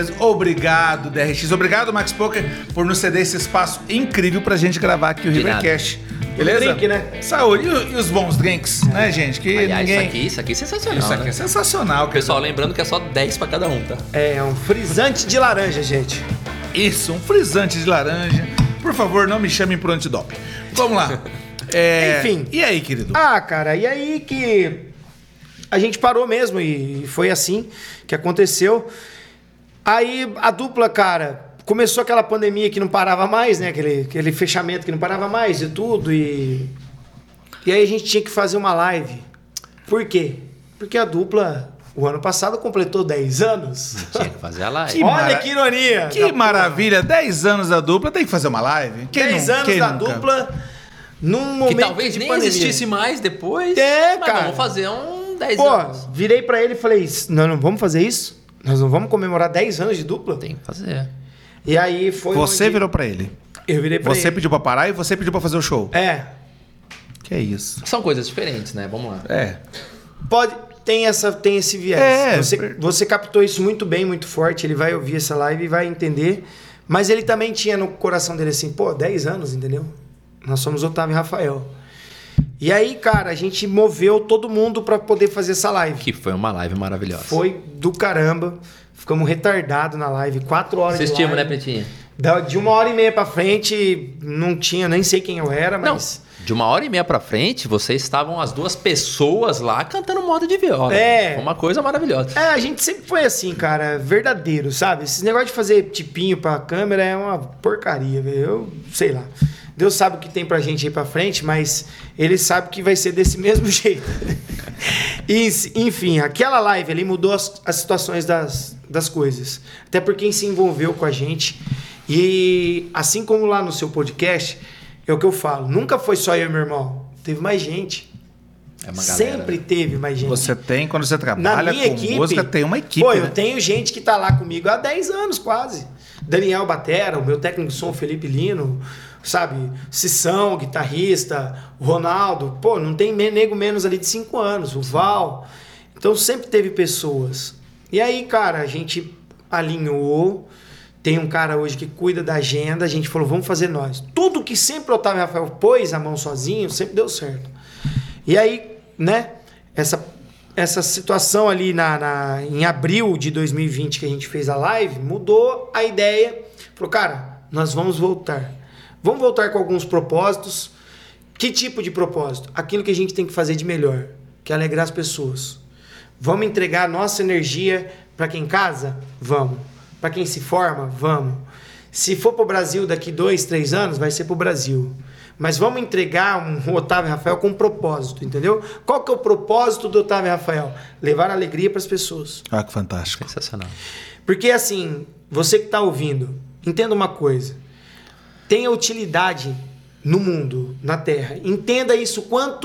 Obrigado, DRX. Obrigado, Max Poker, por nos ceder esse espaço incrível pra gente gravar aqui o Rivercast. Beleza? Drink, né? Saúde. E os bons drinks, né, gente? Que Aliás, ninguém... isso aqui é sensacional, Isso aqui né? é sensacional. Pessoal, lembrando que é só 10 pra cada um, tá? É um frisante de laranja, gente. Isso, um frisante de laranja. Por favor, não me chamem pro antidoping. Vamos lá. Enfim. E aí, querido? Ah, cara, e aí que a gente parou mesmo e foi assim que aconteceu. Aí a dupla, cara, começou aquela pandemia que não parava mais, né? Aquele fechamento que não parava mais e tudo. E aí a gente tinha que fazer uma live. Por quê? Porque a dupla, o ano passado, completou 10 anos. Tinha que fazer a live. Que Olha que ironia. Que maravilha. 10 anos da dupla, tem que fazer uma live? 10 anos da dupla, num momento Que talvez de nem pandemia. existisse mais depois. É, mas cara. vamos fazer um 10 Pô, anos. virei pra ele e falei, não vamos fazer isso? Nós não vamos comemorar 10 anos de dupla? Tem que fazer. E aí foi Você onde virou pra ele. eu virei pra Você ele. pediu pra parar e você pediu pra fazer o show. É, Que é isso. São coisas diferentes, né? Vamos lá. tem esse viés. É. Você captou isso muito bem, muito forte, ele vai ouvir essa live e vai entender. Mas ele também tinha no coração dele assim, 10 anos, entendeu? Nós somos Otávio e Rafael. E aí, cara, a gente moveu todo mundo pra poder fazer essa live. Que foi uma live maravilhosa. Foi do caramba. Ficamos retardados na live, 4 horas de Assistimos, né, live. Pretinha? De 1h30 pra frente, não tinha, nem sei quem eu era, mas... Não, de 1h30 pra frente, vocês estavam as duas pessoas lá cantando moda de viola. É. Foi uma coisa maravilhosa. A gente sempre foi assim, cara, verdadeiro, sabe? Esse negócio de fazer tipinho pra câmera é uma porcaria, velho. Eu sei lá. Deus sabe o que tem pra gente aí pra frente, mas ele sabe que vai ser desse mesmo jeito. E, enfim, aquela live ali mudou as situações das coisas. Até por quem se envolveu com a gente. E assim como lá no seu podcast, é o que eu falo. Nunca foi só eu e meu irmão. Teve mais gente. É uma galera. Sempre teve mais gente. Você tem, quando você Na trabalha minha com equipe, música, tem uma equipe. Pô, né? eu tenho gente que tá lá comigo há 10 anos quase. Daniel Batera, o meu técnico de som, Felipe Lino, sabe? Cissão, guitarrista, o Ronaldo. Pô, não tem nego menos ali de 5 anos. O Val. Então sempre teve pessoas. E aí, cara, a gente alinhou. Tem um cara hoje que cuida da agenda. A gente falou, vamos fazer nós. Tudo que sempre o Otávio Rafael pôs a mão sozinho, sempre deu certo. E aí, né? Essa situação ali em abril de 2020 que a gente fez a live, mudou a ideia. Falou, cara, nós vamos voltar. Vamos voltar com alguns propósitos. Que tipo de propósito? Aquilo que a gente tem que fazer de melhor, que é alegrar as pessoas. Vamos entregar a nossa energia para quem casa? Vamos. Para quem se forma? Vamos. Se for para o Brasil daqui 2, 3 anos, vai ser para o Brasil. Mas vamos entregar um Otávio e Rafael com propósito, entendeu? Qual que é o propósito do Otávio e Rafael? Levar alegria para as pessoas. Ah, que fantástico. Sensacional. Porque assim, você que está ouvindo, entenda uma coisa. Tenha utilidade no mundo, na Terra. Entenda isso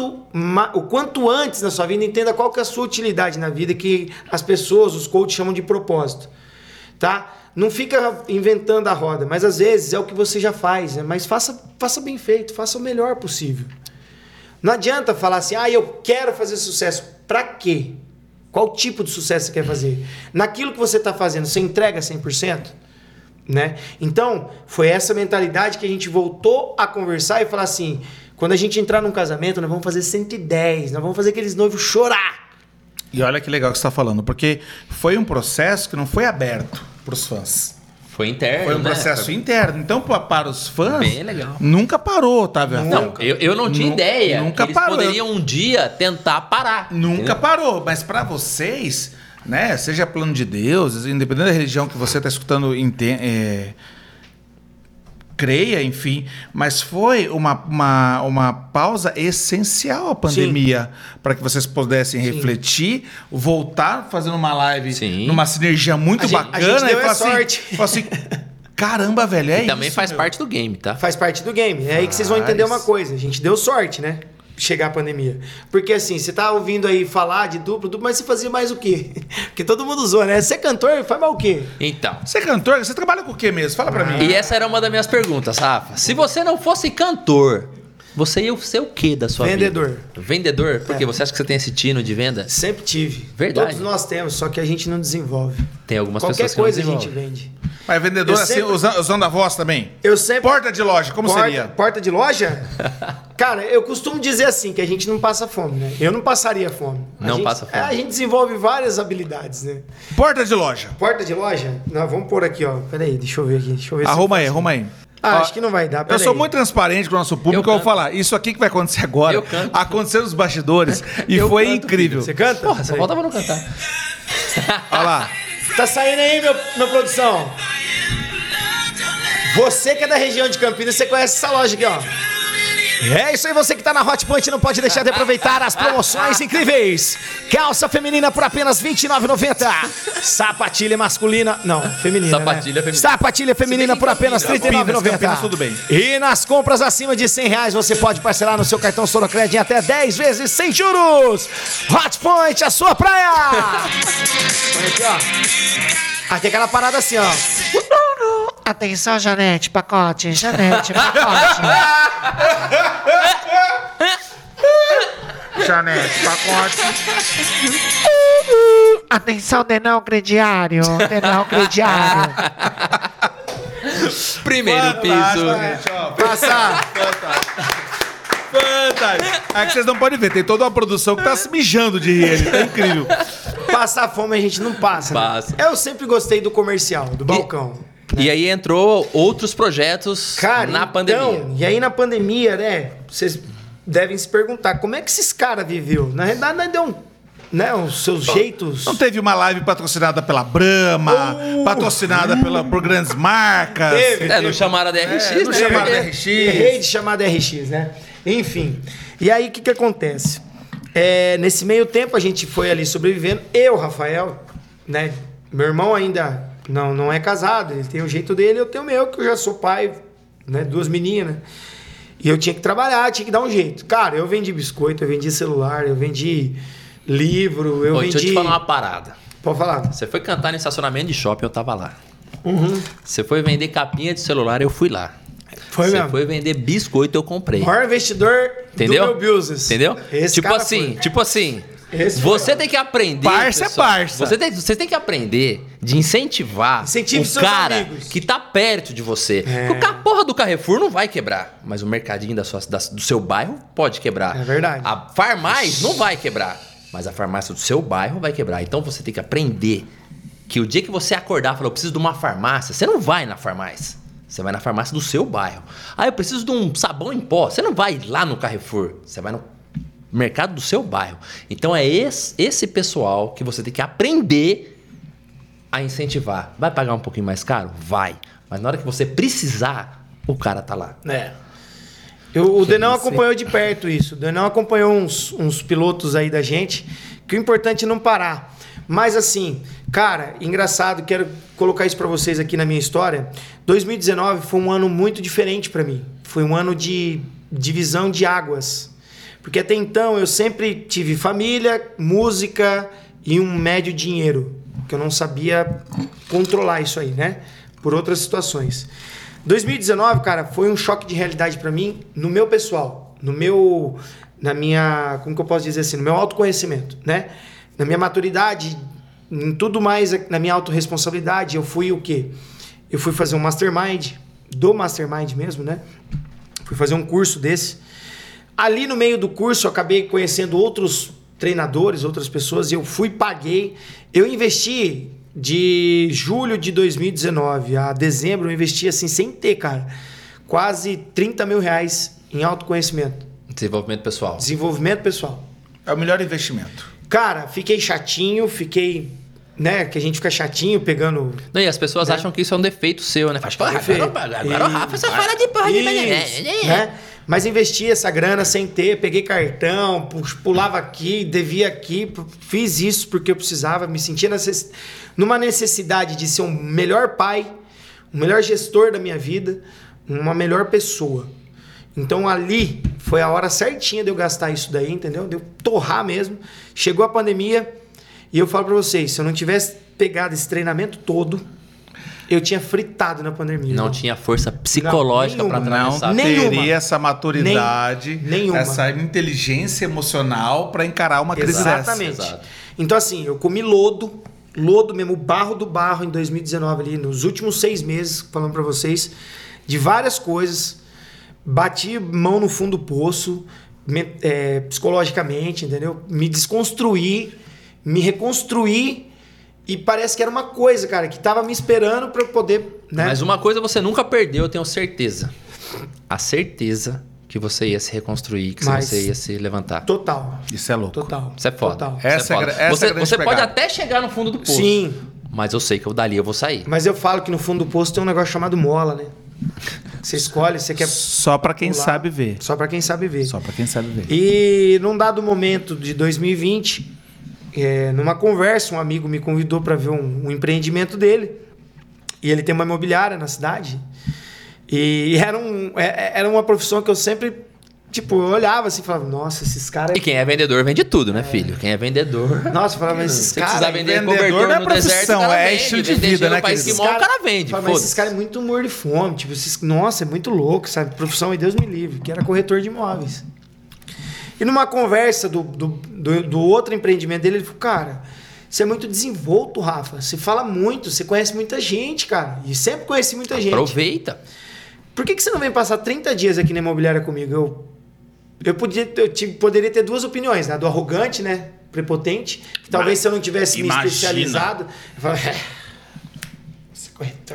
o quanto antes na sua vida, entenda qual que é a sua utilidade na vida, que as pessoas, os coaches chamam de propósito. Tá? Não fica inventando a roda, mas às vezes é o que você já faz, né? Mas faça bem feito, faça o melhor possível. Não adianta falar assim, eu quero fazer sucesso. Pra quê? Qual tipo de sucesso você quer fazer? Naquilo que você está fazendo, você entrega 100%? Né? Então, foi essa mentalidade que a gente voltou a conversar e falar assim, quando a gente entrar num casamento, nós vamos fazer 110, nós vamos fazer aqueles noivos chorar. E olha que legal que você está falando, porque foi um processo que não foi aberto para os fãs. Foi interno, Foi um né? processo interno. Então, para os fãs, Bem legal. nunca parou, Otávio. Não, eu não tinha ideia. Nunca que eles parou. poderiam um dia tentar parar. Nunca entendeu? parou, mas para vocês, né, seja plano de Deus, independente da religião que você está escutando, creia, enfim, mas foi uma pausa essencial à pandemia para que vocês pudessem refletir, voltar fazendo uma live numa sinergia muito bacana a gente deu e falar sorte. assim, caramba, velho, é E também isso, faz meu. parte do game, tá? Faz parte do game. É aí que vocês vão entender uma coisa. A gente deu sorte, né? Chegar a pandemia. Porque assim, você tá ouvindo aí falar de duplo, mas você fazia mais o quê? Porque todo mundo usou, né? Você é cantor, faz mais o quê? Então. Você é cantor? Você trabalha com o quê mesmo? Fala pra mim. E essa era uma das minhas perguntas, Rafa. Se você não fosse cantor, você ia ser o quê da sua Vendedor. vida? Vendedor? Porque você acha que você tem esse tino de venda? Sempre tive. Verdade. Todos nós temos, só que a gente não desenvolve. Tem algumas Qualquer pessoas que não coisa a gente desenvolvem. vende. Mas vendedor Eu assim, sempre- usando a voz também? Eu sempre... Porta de loja, como seria? Porta de loja? Cara, eu costumo dizer assim, que a gente não passa fome, né? Eu não passaria fome. Passa fome. A gente desenvolve várias habilidades, né? Porta de loja. Porta de loja? Não, vamos pôr aqui, ó. Peraí, deixa eu ver aqui. Deixa eu ver se Arruma eu aí, faço. arruma aí. Ah, Ó, acho que não vai dar. Eu Peraí. sou muito transparente com o nosso público, eu vou falar. Isso aqui que vai acontecer agora, Eu canto. aconteceu nos bastidores e Eu foi canto, incrível. Você canta? Porra, só Peraí. faltava não cantar. Olha lá. Tá saindo aí, meu produção? Você que é da região de Campinas, você conhece essa loja aqui, ó. É isso aí, você que tá na Hot Point não pode deixar de aproveitar as promoções incríveis. Calça feminina por apenas R$ 29,90. Sapatilha masculina... Não, feminina, Sapatilha né? feminina. Sapatilha feminina por apenas R$ Campinas, 39,90. tudo bem. E nas compras acima de R$ 100 você pode parcelar no seu cartão Sorocred em até 10 vezes sem juros. Hot Point, a sua praia! Olha aqui, ó. Aqui é aquela parada assim, ó. Atenção, Janete, pacote. Janete, pacote. Janete, pacote. Atenção, Denão Crediário. Denão Crediário. Primeiro piso. Gente, ó. Passar. Fantástico. É que vocês não podem ver, tem toda uma produção que tá se mijando de rir. Ele tá incrível. Passar fome a gente não passa. né? Passa. Eu sempre gostei do comercial, do balcão. E aí entrou outros projetos Cara, na pandemia. Então, e aí na pandemia, né? Vocês devem se perguntar como é que esses caras viveu. Na realidade, nós deu os seus jeitos. Não teve uma live patrocinada pela Brahma, patrocinada por grandes marcas. Teve. Não chamaram a DRX, não né? chamaram a DRX. Errei de chamar DRX, né? Enfim. E aí, o que acontece? Nesse meio tempo, a gente foi ali sobrevivendo. Eu, Rafael, né? Meu irmão ainda não é casado. Ele tem o jeito dele, eu tenho o meu, que eu já sou pai, né? 2 meninas. E eu tinha que trabalhar, tinha que dar um jeito. Cara, eu vendi biscoito, eu vendi celular, eu vendi livro, eu vendi... Deixa eu te falar uma parada. Pode falar. Você foi cantar no estacionamento de shopping, eu tava lá. Uhum. Você foi vender capinha de celular, eu fui lá. Foi Você mesmo. foi vender biscoito, eu comprei. O maior investidor Entendeu? do meu business. Entendeu? Esse Tipo cara assim, foi. tipo assim. Esse foi Você tem que aprender. Parça é pessoal, parça. Você tem que aprender de incentivar Incentive o seus cara amigos. que tá perto de você. Porque a porra do Carrefour não vai quebrar. Mas o mercadinho do seu bairro pode quebrar. É verdade. A Farmais não vai quebrar. Mas a farmácia do seu bairro vai quebrar. Então você tem que aprender que o dia que você acordar e falar, eu preciso de uma farmácia, você não vai na farmácia. Você vai na farmácia do seu bairro. Ah, eu preciso de um sabão em pó. Você não vai lá no Carrefour. Você vai no mercado do seu bairro. Então é esse pessoal que você tem que aprender a incentivar. Vai pagar um pouquinho mais caro? Vai. Mas na hora que você precisar, o cara tá lá. O Denão acompanhou de perto isso. O Denão acompanhou uns pilotos aí da gente, que o importante é não parar. Mas assim, cara, engraçado, quero colocar isso pra vocês aqui na minha história. 2019 foi um ano muito diferente pra mim. Foi um ano de divisão de águas. Porque até então eu sempre tive família, música e um médio dinheiro. Que eu não sabia controlar isso aí, né? Por outras situações. 2019, cara, foi um choque de realidade pra mim no meu pessoal, na minha, como que eu posso dizer assim, no meu autoconhecimento, né? Na minha maturidade, em tudo mais, na minha autorresponsabilidade, eu fui o quê? Eu fui fazer um mastermind, do mastermind mesmo, né? Fui fazer um curso desse. Ali no meio do curso, eu acabei conhecendo outros treinadores, outras pessoas, e eu paguei, eu investi de julho de 2019 a dezembro, eu investi assim, sem ter, cara, quase 30 mil reais em autoconhecimento. Desenvolvimento pessoal. Desenvolvimento pessoal. É o melhor investimento. Cara, fiquei chatinho, né, que a gente fica chatinho pegando... Não, e as pessoas acham que isso é um defeito seu, né? Faz, porra, agora o Rafa só fala de porra de né? Mas investi essa grana sem ter, peguei cartão, pulava aqui, devia aqui, fiz isso porque eu precisava, me sentia numa necessidade de ser um melhor pai, um melhor gestor da minha vida, uma melhor pessoa. Então ali foi a hora certinha de eu gastar isso daí, entendeu? De eu torrar mesmo. Chegou a pandemia e eu falo pra vocês, se eu não tivesse pegado esse treinamento todo, eu tinha fritado na pandemia. Não tinha força psicológica Não, pra nenhuma. atravessar. Nenhuma. Teria essa maturidade, Nenhuma. essa inteligência emocional pra encarar uma crise dessa. Exatamente. Exato. Então assim, eu comi lodo, lodo mesmo, o barro do barro em 2019 ali, nos últimos 6 meses, falando pra vocês, de várias coisas. Bati mão no fundo do poço, psicologicamente, entendeu? Me desconstruí, me reconstruí e parece que era uma coisa, cara, que tava me esperando pra eu poder, né? Mas uma coisa você nunca perdeu, eu tenho certeza. A certeza que você ia se reconstruir, que você ia se levantar. Total. Isso é louco. Total. Isso é foda. Total. Essa é a grande Você pode pegada. até chegar no fundo do poço. Sim. Mas eu sei que dali eu vou sair. Mas eu falo que no fundo do poço tem um negócio chamado mola, né? Você escolhe, você quer Só pra quem pular. sabe ver. Só pra quem sabe ver. Só pra quem sabe ver. E num dado momento de 2020, numa conversa, um amigo me convidou para ver um empreendimento dele. E ele tem uma imobiliária na cidade. E era uma profissão que eu sempre, tipo, eu olhava assim e falava, nossa, esses caras... E quem é vendedor vende tudo, né, filho? Quem é vendedor... Nossa, eu falava, mas esses Se precisar caras... vender vendedor cobertor não é no deserto, profissão, o cara é vende. estilo de Vender vida, né, no país que querido? mora, o cara vende. Falava, mas esses Foda-se. caras é muito morto de fome. Tipo, nossa, é muito louco, sabe? Profissão, e Deus me livre, que era corretor de imóveis. E numa conversa do outro empreendimento dele, ele falou, cara, você é muito desenvolto, Rafa. Você fala muito, você conhece muita gente, cara. E sempre conheci muita gente. Aproveita. Por que você não vem passar 30 dias aqui na imobiliária comigo? Eu poderia ter 2 opiniões, né? Do arrogante, né? Prepotente. Que talvez se eu não tivesse me especializado... Eu falava, esse corretor.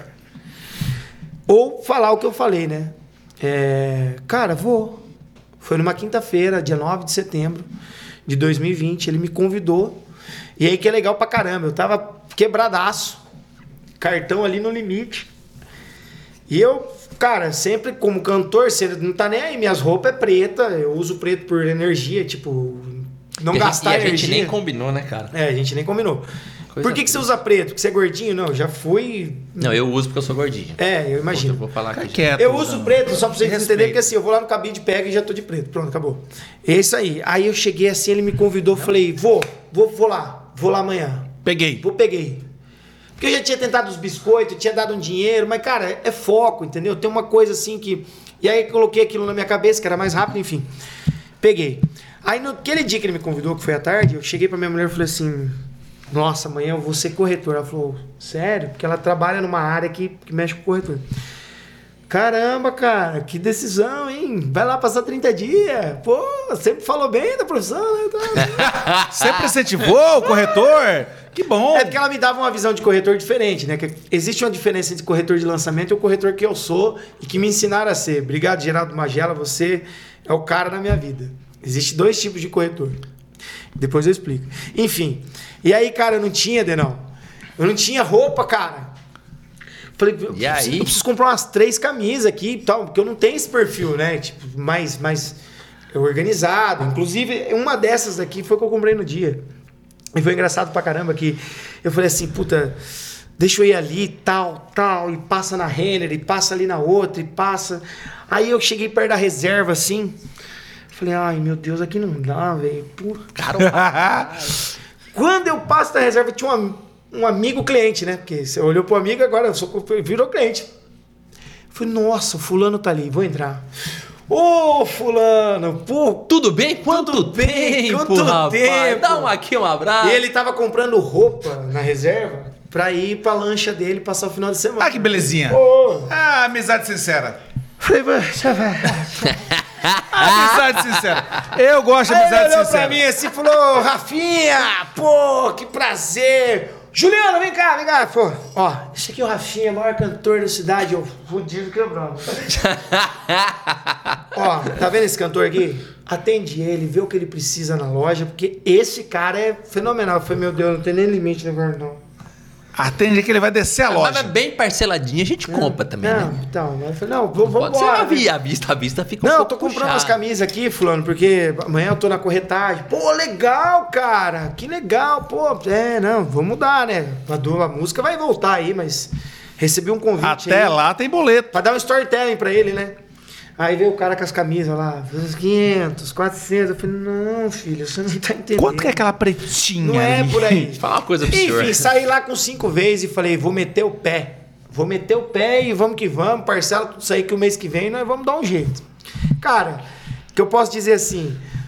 Ou falar o que eu falei, né? Cara, vou. Foi numa quinta-feira, dia 9 de setembro de 2020. Ele me convidou. E aí que é legal pra caramba. Eu tava quebradaço. Cartão ali no limite. E eu... Cara, sempre como cantor, você não tá nem aí. Minhas roupas é preta, eu uso preto por energia, tipo, não gastar energia. E a gente nem combinou, né, cara? A gente nem combinou. Por que você usa preto? Porque você é gordinho? Não, já fui... Não, eu uso porque eu sou gordinho. Eu imagino. Eu vou falar aqui. Quieto, Eu uso preto, só pra vocês Respeito. entenderem, porque assim, eu vou lá no cabide, pego e já tô de preto. Pronto, acabou. É isso aí. Aí eu cheguei assim, ele me convidou, falei, vou lá amanhã. Peguei. Peguei. Porque eu já tinha tentado os biscoitos, tinha dado um dinheiro, mas, cara, é foco, entendeu? Tem uma coisa assim que... E aí eu coloquei aquilo na minha cabeça, que era mais rápido, enfim. Peguei. Aí naquele dia que ele me convidou, que foi à tarde, eu cheguei pra minha mulher e falei assim... Nossa, amanhã eu vou ser corretor. Ela falou, sério? Porque ela trabalha numa área que mexe com corretor. Caramba, cara, que decisão, hein? Vai lá passar 30 dias. Pô, sempre falou bem da profissão, né? Sempre incentivou o corretor? Que bom. É porque ela me dava uma visão de corretor diferente, né? Que existe uma diferença entre corretor de lançamento e o corretor que eu sou e que me ensinaram a ser. Obrigado, Geraldo Magela, você é o cara na minha vida. Existem 2 tipos de corretor. Depois eu explico. Enfim, e aí, cara, eu não tinha, Denão. Eu não tinha roupa, cara. Falei, E aí? eu preciso comprar umas 3 camisas aqui e tal, porque eu não tenho esse perfil, né? Tipo, mais organizado. Inclusive, uma dessas daqui foi que eu comprei no dia. E foi engraçado pra caramba que eu falei assim, puta, deixa eu ir ali, tal, e passa na Renner, e passa ali na outra, e passa. Aí eu cheguei perto da reserva, assim, falei, ai, meu Deus, aqui não dá, velho. Quando eu passo na reserva, tinha um amigo cliente, né? Porque você olhou pro amigo, agora virou cliente. Falei, nossa, o fulano tá ali, vou entrar. Ô, fulano, pô, Tudo bem? Quanto tempo, rapaz? Dá aqui um abraço. E ele tava comprando roupa na reserva pra ir pra lancha dele passar o final de semana. Ah, que belezinha. Pô. Ah, amizade sincera. Falei, você vai. Amizade sincera. Eu gosto de Aí ele amizade olhou sincera. pra mim assim e falou, Rafinha, pô, que prazer. Juliano, vem cá, pô. Ó, esse aqui é o Rafinha, o maior cantor da cidade. Eu fudido quebrando. Ó, tá vendo esse cantor aqui? Atende ele, vê o que ele precisa na loja, porque esse cara é fenomenal. Eu falei, meu Deus, não tem nem limite agora, não. Atende que ele vai descer a Mas loja. bem parceladinha, a gente compra também, Não, né? então, eu falei, não, vamos Pode ser embora. a vista fica um Não, eu pouco tô comprando puxada. umas camisas aqui, fulano, porque amanhã eu tô na corretagem. Pô, legal, cara. Que legal, pô. Não, vamos mudar, né? A música vai voltar aí, mas recebi um convite Até aí lá tem boleto. pra dar um storytelling pra ele, né? Aí veio o cara com as camisas lá, uns 500, 400. Eu falei, não, filho, você não tá entendendo. Quanto que é aquela pretinha Não é ali? por aí. Fala uma coisa pro senhor. Enfim, saí lá com 5 vezes e falei, vou meter o pé. Vou meter o pé e vamos que vamos. Parcela tudo isso aí que o mês que vem nós vamos dar um jeito. Cara, que eu posso dizer assim,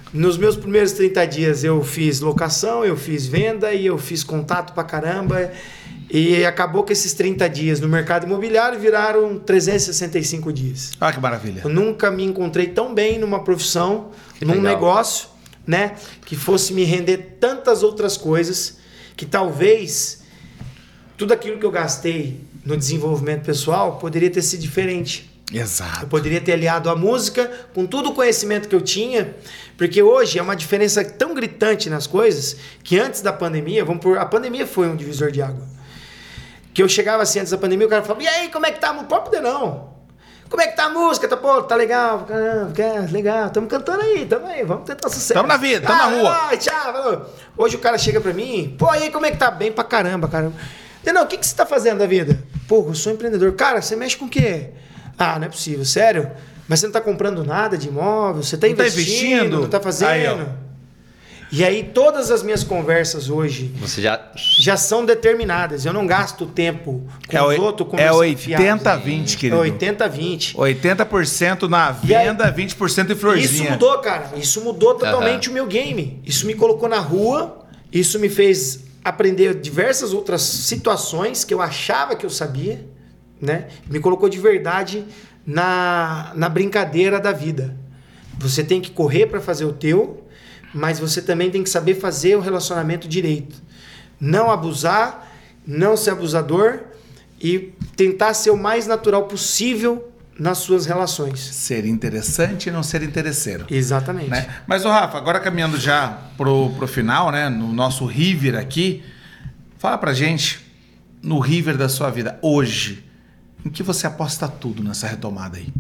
Nos meus primeiros 30 dias eu fiz locação, eu fiz venda e eu fiz contato pra caramba. E acabou que esses 30 dias no mercado imobiliário viraram 365 dias. Ah, que maravilha. Eu nunca me encontrei tão bem numa profissão, num negócio, né? Que fosse me render tantas outras coisas, que talvez tudo aquilo que eu gastei no desenvolvimento pessoal poderia ter sido diferente. Exato. Eu poderia ter aliado a música com todo o conhecimento que eu tinha, porque hoje é uma diferença tão gritante nas coisas que antes da pandemia, a pandemia foi um divisor de água. Que eu chegava assim antes da pandemia, o cara falava, e aí, como é que tá? O próprio não. Como é que tá a música? Tá legal, caramba, legal, tamo cantando aí, tamo aí, vamos tentar sucesso. Tamo na vida, tamo na rua. Tchau, falou. Hoje o cara chega pra mim, pô, e aí, como é que tá? Bem pra caramba. Não, o que você tá fazendo da vida? Pô, eu sou empreendedor. Cara, você mexe com o quê? Ah, não é possível, sério? Mas você não tá comprando nada de imóvel, você tá investindo, não tá fazendo. Aí, e aí todas as minhas conversas hoje Você já são determinadas. Eu não gasto tempo com os outros. É 80-20, querido. É 80-20. 80% na venda, 20% em florzinha. Isso mudou, cara. Isso mudou totalmente o meu game. Isso me colocou na rua. Isso me fez aprender diversas outras situações que eu achava que eu sabia, né? Me colocou de verdade na brincadeira da vida. Você tem que correr para fazer o teu, mas você também tem que saber fazer o relacionamento direito. Não abusar, não ser abusador e tentar ser o mais natural possível nas suas relações. Ser interessante e não ser interesseiro. Exatamente. Né? Mas, ô Rafa, agora caminhando já pro final, né? No nosso River aqui, fala pra gente, no River da sua vida, hoje, em que você aposta tudo nessa retomada aí?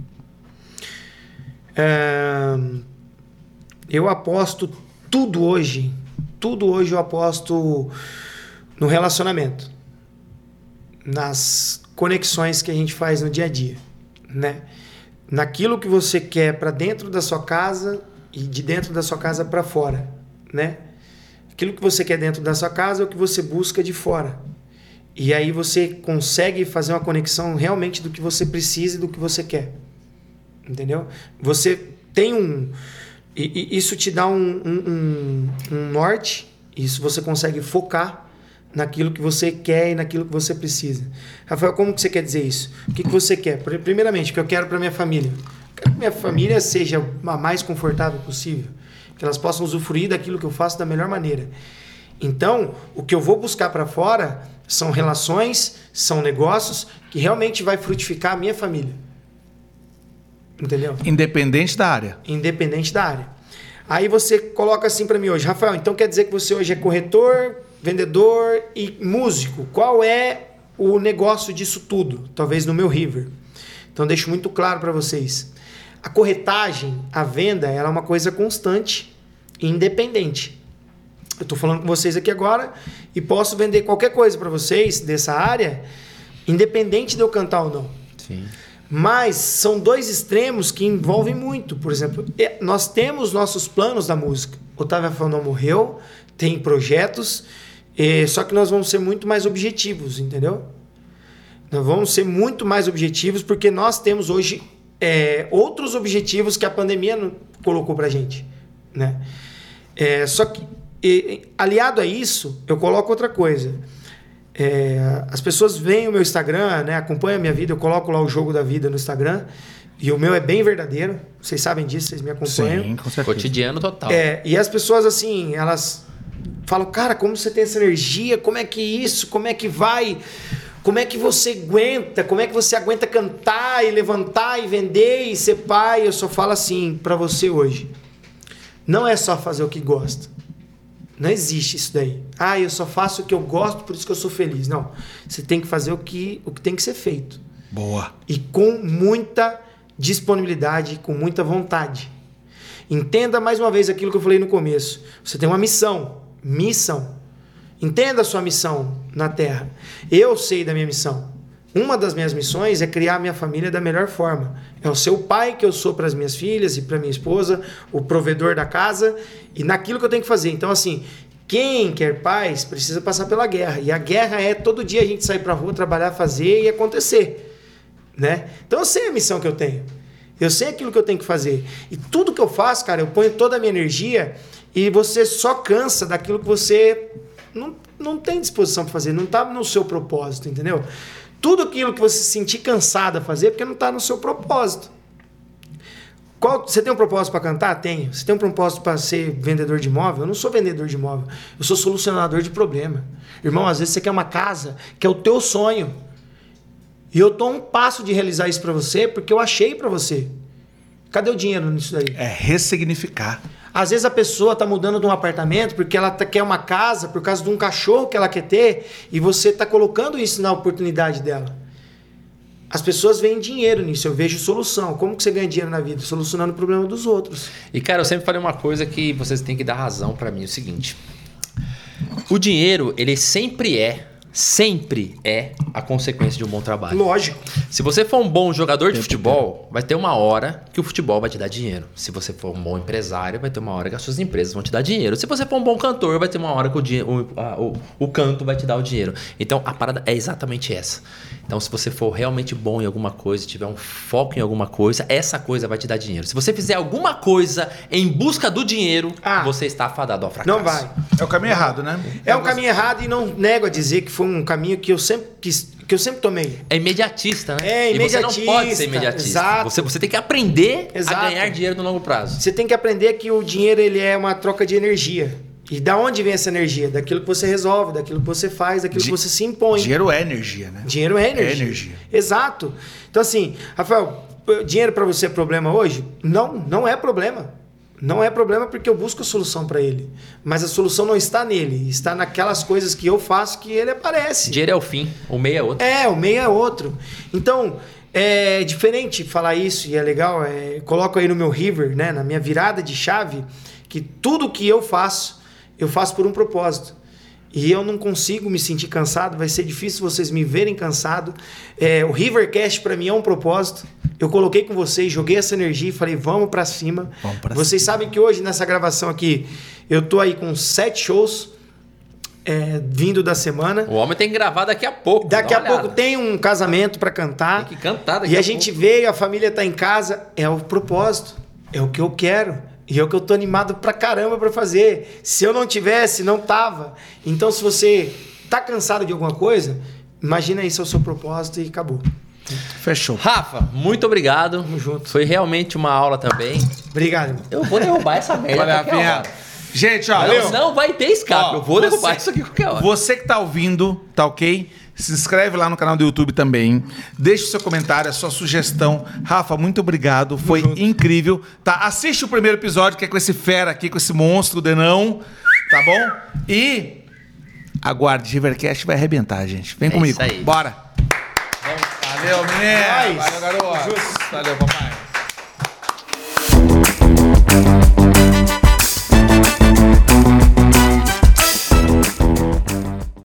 Eu aposto tudo hoje eu aposto no relacionamento, nas conexões que a gente faz no dia a dia, né? Naquilo que você quer para dentro da sua casa e de dentro da sua casa para fora, né? Aquilo que você quer dentro da sua casa é o que você busca de fora. E aí você consegue fazer uma conexão realmente do que você precisa e do que você quer. Entendeu? Você tem isso te dá um norte, isso você consegue focar naquilo que você quer e naquilo que você precisa. Rafael, como que você quer dizer isso? O que você quer? Primeiramente, o que eu quero para minha família. Eu quero que minha família seja a mais confortável possível, que elas possam usufruir daquilo que eu faço da melhor maneira. Então, o que eu vou buscar para fora são relações, são negócios que realmente vai frutificar a minha família. Entendeu? Independente da área. Independente da área. Aí você coloca assim para mim hoje, Rafael, então quer dizer que você hoje é corretor, vendedor e músico. Qual é o negócio disso tudo? Talvez no meu River. Então deixo muito claro para vocês. A corretagem, a venda, ela é uma coisa constante e independente. Eu estou falando com vocês aqui agora e posso vender qualquer coisa para vocês dessa área, independente de eu cantar ou não. Sim. Mas são dois extremos que envolvem muito. Por exemplo, nós temos nossos planos da música. Otávio Rafael não morreu, tem projetos, só que nós vamos ser muito mais objetivos, entendeu? Nós vamos ser muito mais objetivos porque nós temos hoje outros objetivos que a pandemia colocou pra gente, né? Só que, aliado a isso, eu coloco outra coisa. As pessoas veem o meu Instagram, né, acompanham a minha vida, eu coloco lá o jogo da vida no Instagram, e o meu é bem verdadeiro, vocês sabem disso, vocês me acompanham. Sim, com certeza. Cotidiano total. E as pessoas, assim, elas falam, cara, como você tem essa energia, como é que isso, como é que vai, como é que você aguenta, como é que você aguenta cantar e levantar e vender e ser pai? Eu só falo assim pra você hoje, não é só fazer o que gosta. Não existe isso daí. Eu só faço o que eu gosto, por isso que eu sou feliz. Não. Você tem que fazer o que tem que ser feito. Boa. E com muita disponibilidade, com muita vontade. Entenda mais uma vez aquilo que eu falei no começo. Você tem uma missão. Missão. Entenda a sua missão na Terra. Eu sei da minha missão. Uma das minhas missões é criar a minha família da melhor forma. É o ser o pai que eu sou para as minhas filhas e para minha esposa, o provedor da casa e naquilo que eu tenho que fazer. Então, assim, quem quer paz precisa passar pela guerra. E a guerra é todo dia a gente sair para a rua, trabalhar, fazer e acontecer, né? Então, eu sei a missão que eu tenho. Eu sei aquilo que eu tenho que fazer. E tudo que eu faço, cara, eu ponho toda a minha energia e você só cansa daquilo que você não tem disposição para fazer, não está no seu propósito, entendeu? Tudo aquilo que você se sentir cansado a fazer é porque não está no seu propósito. Você tem um propósito para cantar? Tenho. Você tem um propósito para ser vendedor de imóvel? Eu não sou vendedor de imóvel. Eu sou solucionador de problema. Irmão, às vezes você quer uma casa que é o teu sonho. E eu estou a um passo de realizar isso para você porque eu achei para você. Cadê o dinheiro nisso daí? É ressignificar. Às vezes a pessoa está mudando de um apartamento porque ela quer uma casa por causa de um cachorro que ela quer ter e você está colocando isso na oportunidade dela. As pessoas veem dinheiro nisso, eu vejo solução. Como que você ganha dinheiro na vida? Solucionando o problema dos outros. E, cara, eu sempre falei uma coisa que vocês têm que dar razão pra mim, o seguinte. O dinheiro, ele sempre é a consequência de um bom trabalho. Lógico. Se você for um bom jogador de futebol, vai ter uma hora que o futebol vai te dar dinheiro. Se você for um bom empresário, vai ter uma hora que as suas empresas vão te dar dinheiro. Se você for um bom cantor, vai ter uma hora que o canto vai te dar o dinheiro. Então, a parada é exatamente essa. Então, se você for realmente bom em alguma coisa, tiver um foco em alguma coisa, essa coisa vai te dar dinheiro. Se você fizer alguma coisa em busca do dinheiro, você está afadado ao fracasso. Não vai. É o caminho errado, né? É um caminho errado e não nego a dizer que foi um caminho que eu sempre tomei. É imediatista, né? É imediatista. E você não pode ser imediatista. Exato. Você tem que aprender Exato. a ganhar dinheiro no longo prazo. Você tem que aprender que o dinheiro ele é uma troca de energia. E da onde vem essa energia? Daquilo que você resolve, daquilo que você faz, daquilo que você se impõe. Dinheiro é energia, né? Dinheiro é energia. É energia. Exato. Então assim, Rafael, dinheiro para você é problema hoje? Não é problema. Não é problema porque eu busco a solução para ele. Mas a solução não está nele. Está naquelas coisas que eu faço que ele aparece. Dinheiro é o fim, o meio é outro. O meio é outro. Então, é diferente falar isso e é legal. Coloco aí no meu river, né, na minha virada de chave, que tudo que eu faço por um propósito. E eu não consigo me sentir cansado, vai ser difícil vocês me verem cansado. O Rivercast para mim é um propósito. Eu coloquei com vocês, joguei essa energia e falei, vamos para cima. Vocês sabem que hoje nessa gravação aqui, eu tô aí com 7 shows vindo da semana. O homem tem que gravar daqui a pouco. Daqui a pouco tem um casamento para cantar. Tem que cantar daqui a pouco. E a gente veio, a família tá em casa, é o propósito, é o que eu quero. E é o que eu tô animado pra caramba pra fazer. Se eu não tivesse, não tava. Então, se você tá cansado de alguma coisa, imagina isso é o seu propósito e acabou. Fechou. Rafa, muito obrigado. Tamo junto. Foi realmente uma aula também. Obrigado, irmão. Eu vou derrubar essa merda Olha, qualquer hora. Gente, ó, Não vai ter escape. Eu vou derrubar isso aqui qualquer hora. Você que tá ouvindo, tá ok? Se inscreve lá no canal do YouTube também. Deixa o seu comentário, a sua sugestão. Rafa, muito obrigado. Foi incrível. Tá? Assiste o primeiro episódio, que é com esse fera aqui, com esse monstro, o Denão. Tá bom? E aguarde, Rivercast vai arrebentar, gente. Vem comigo. Isso aí. Bora. Valeu, menino. Valeu, garoto. Valeu, papai.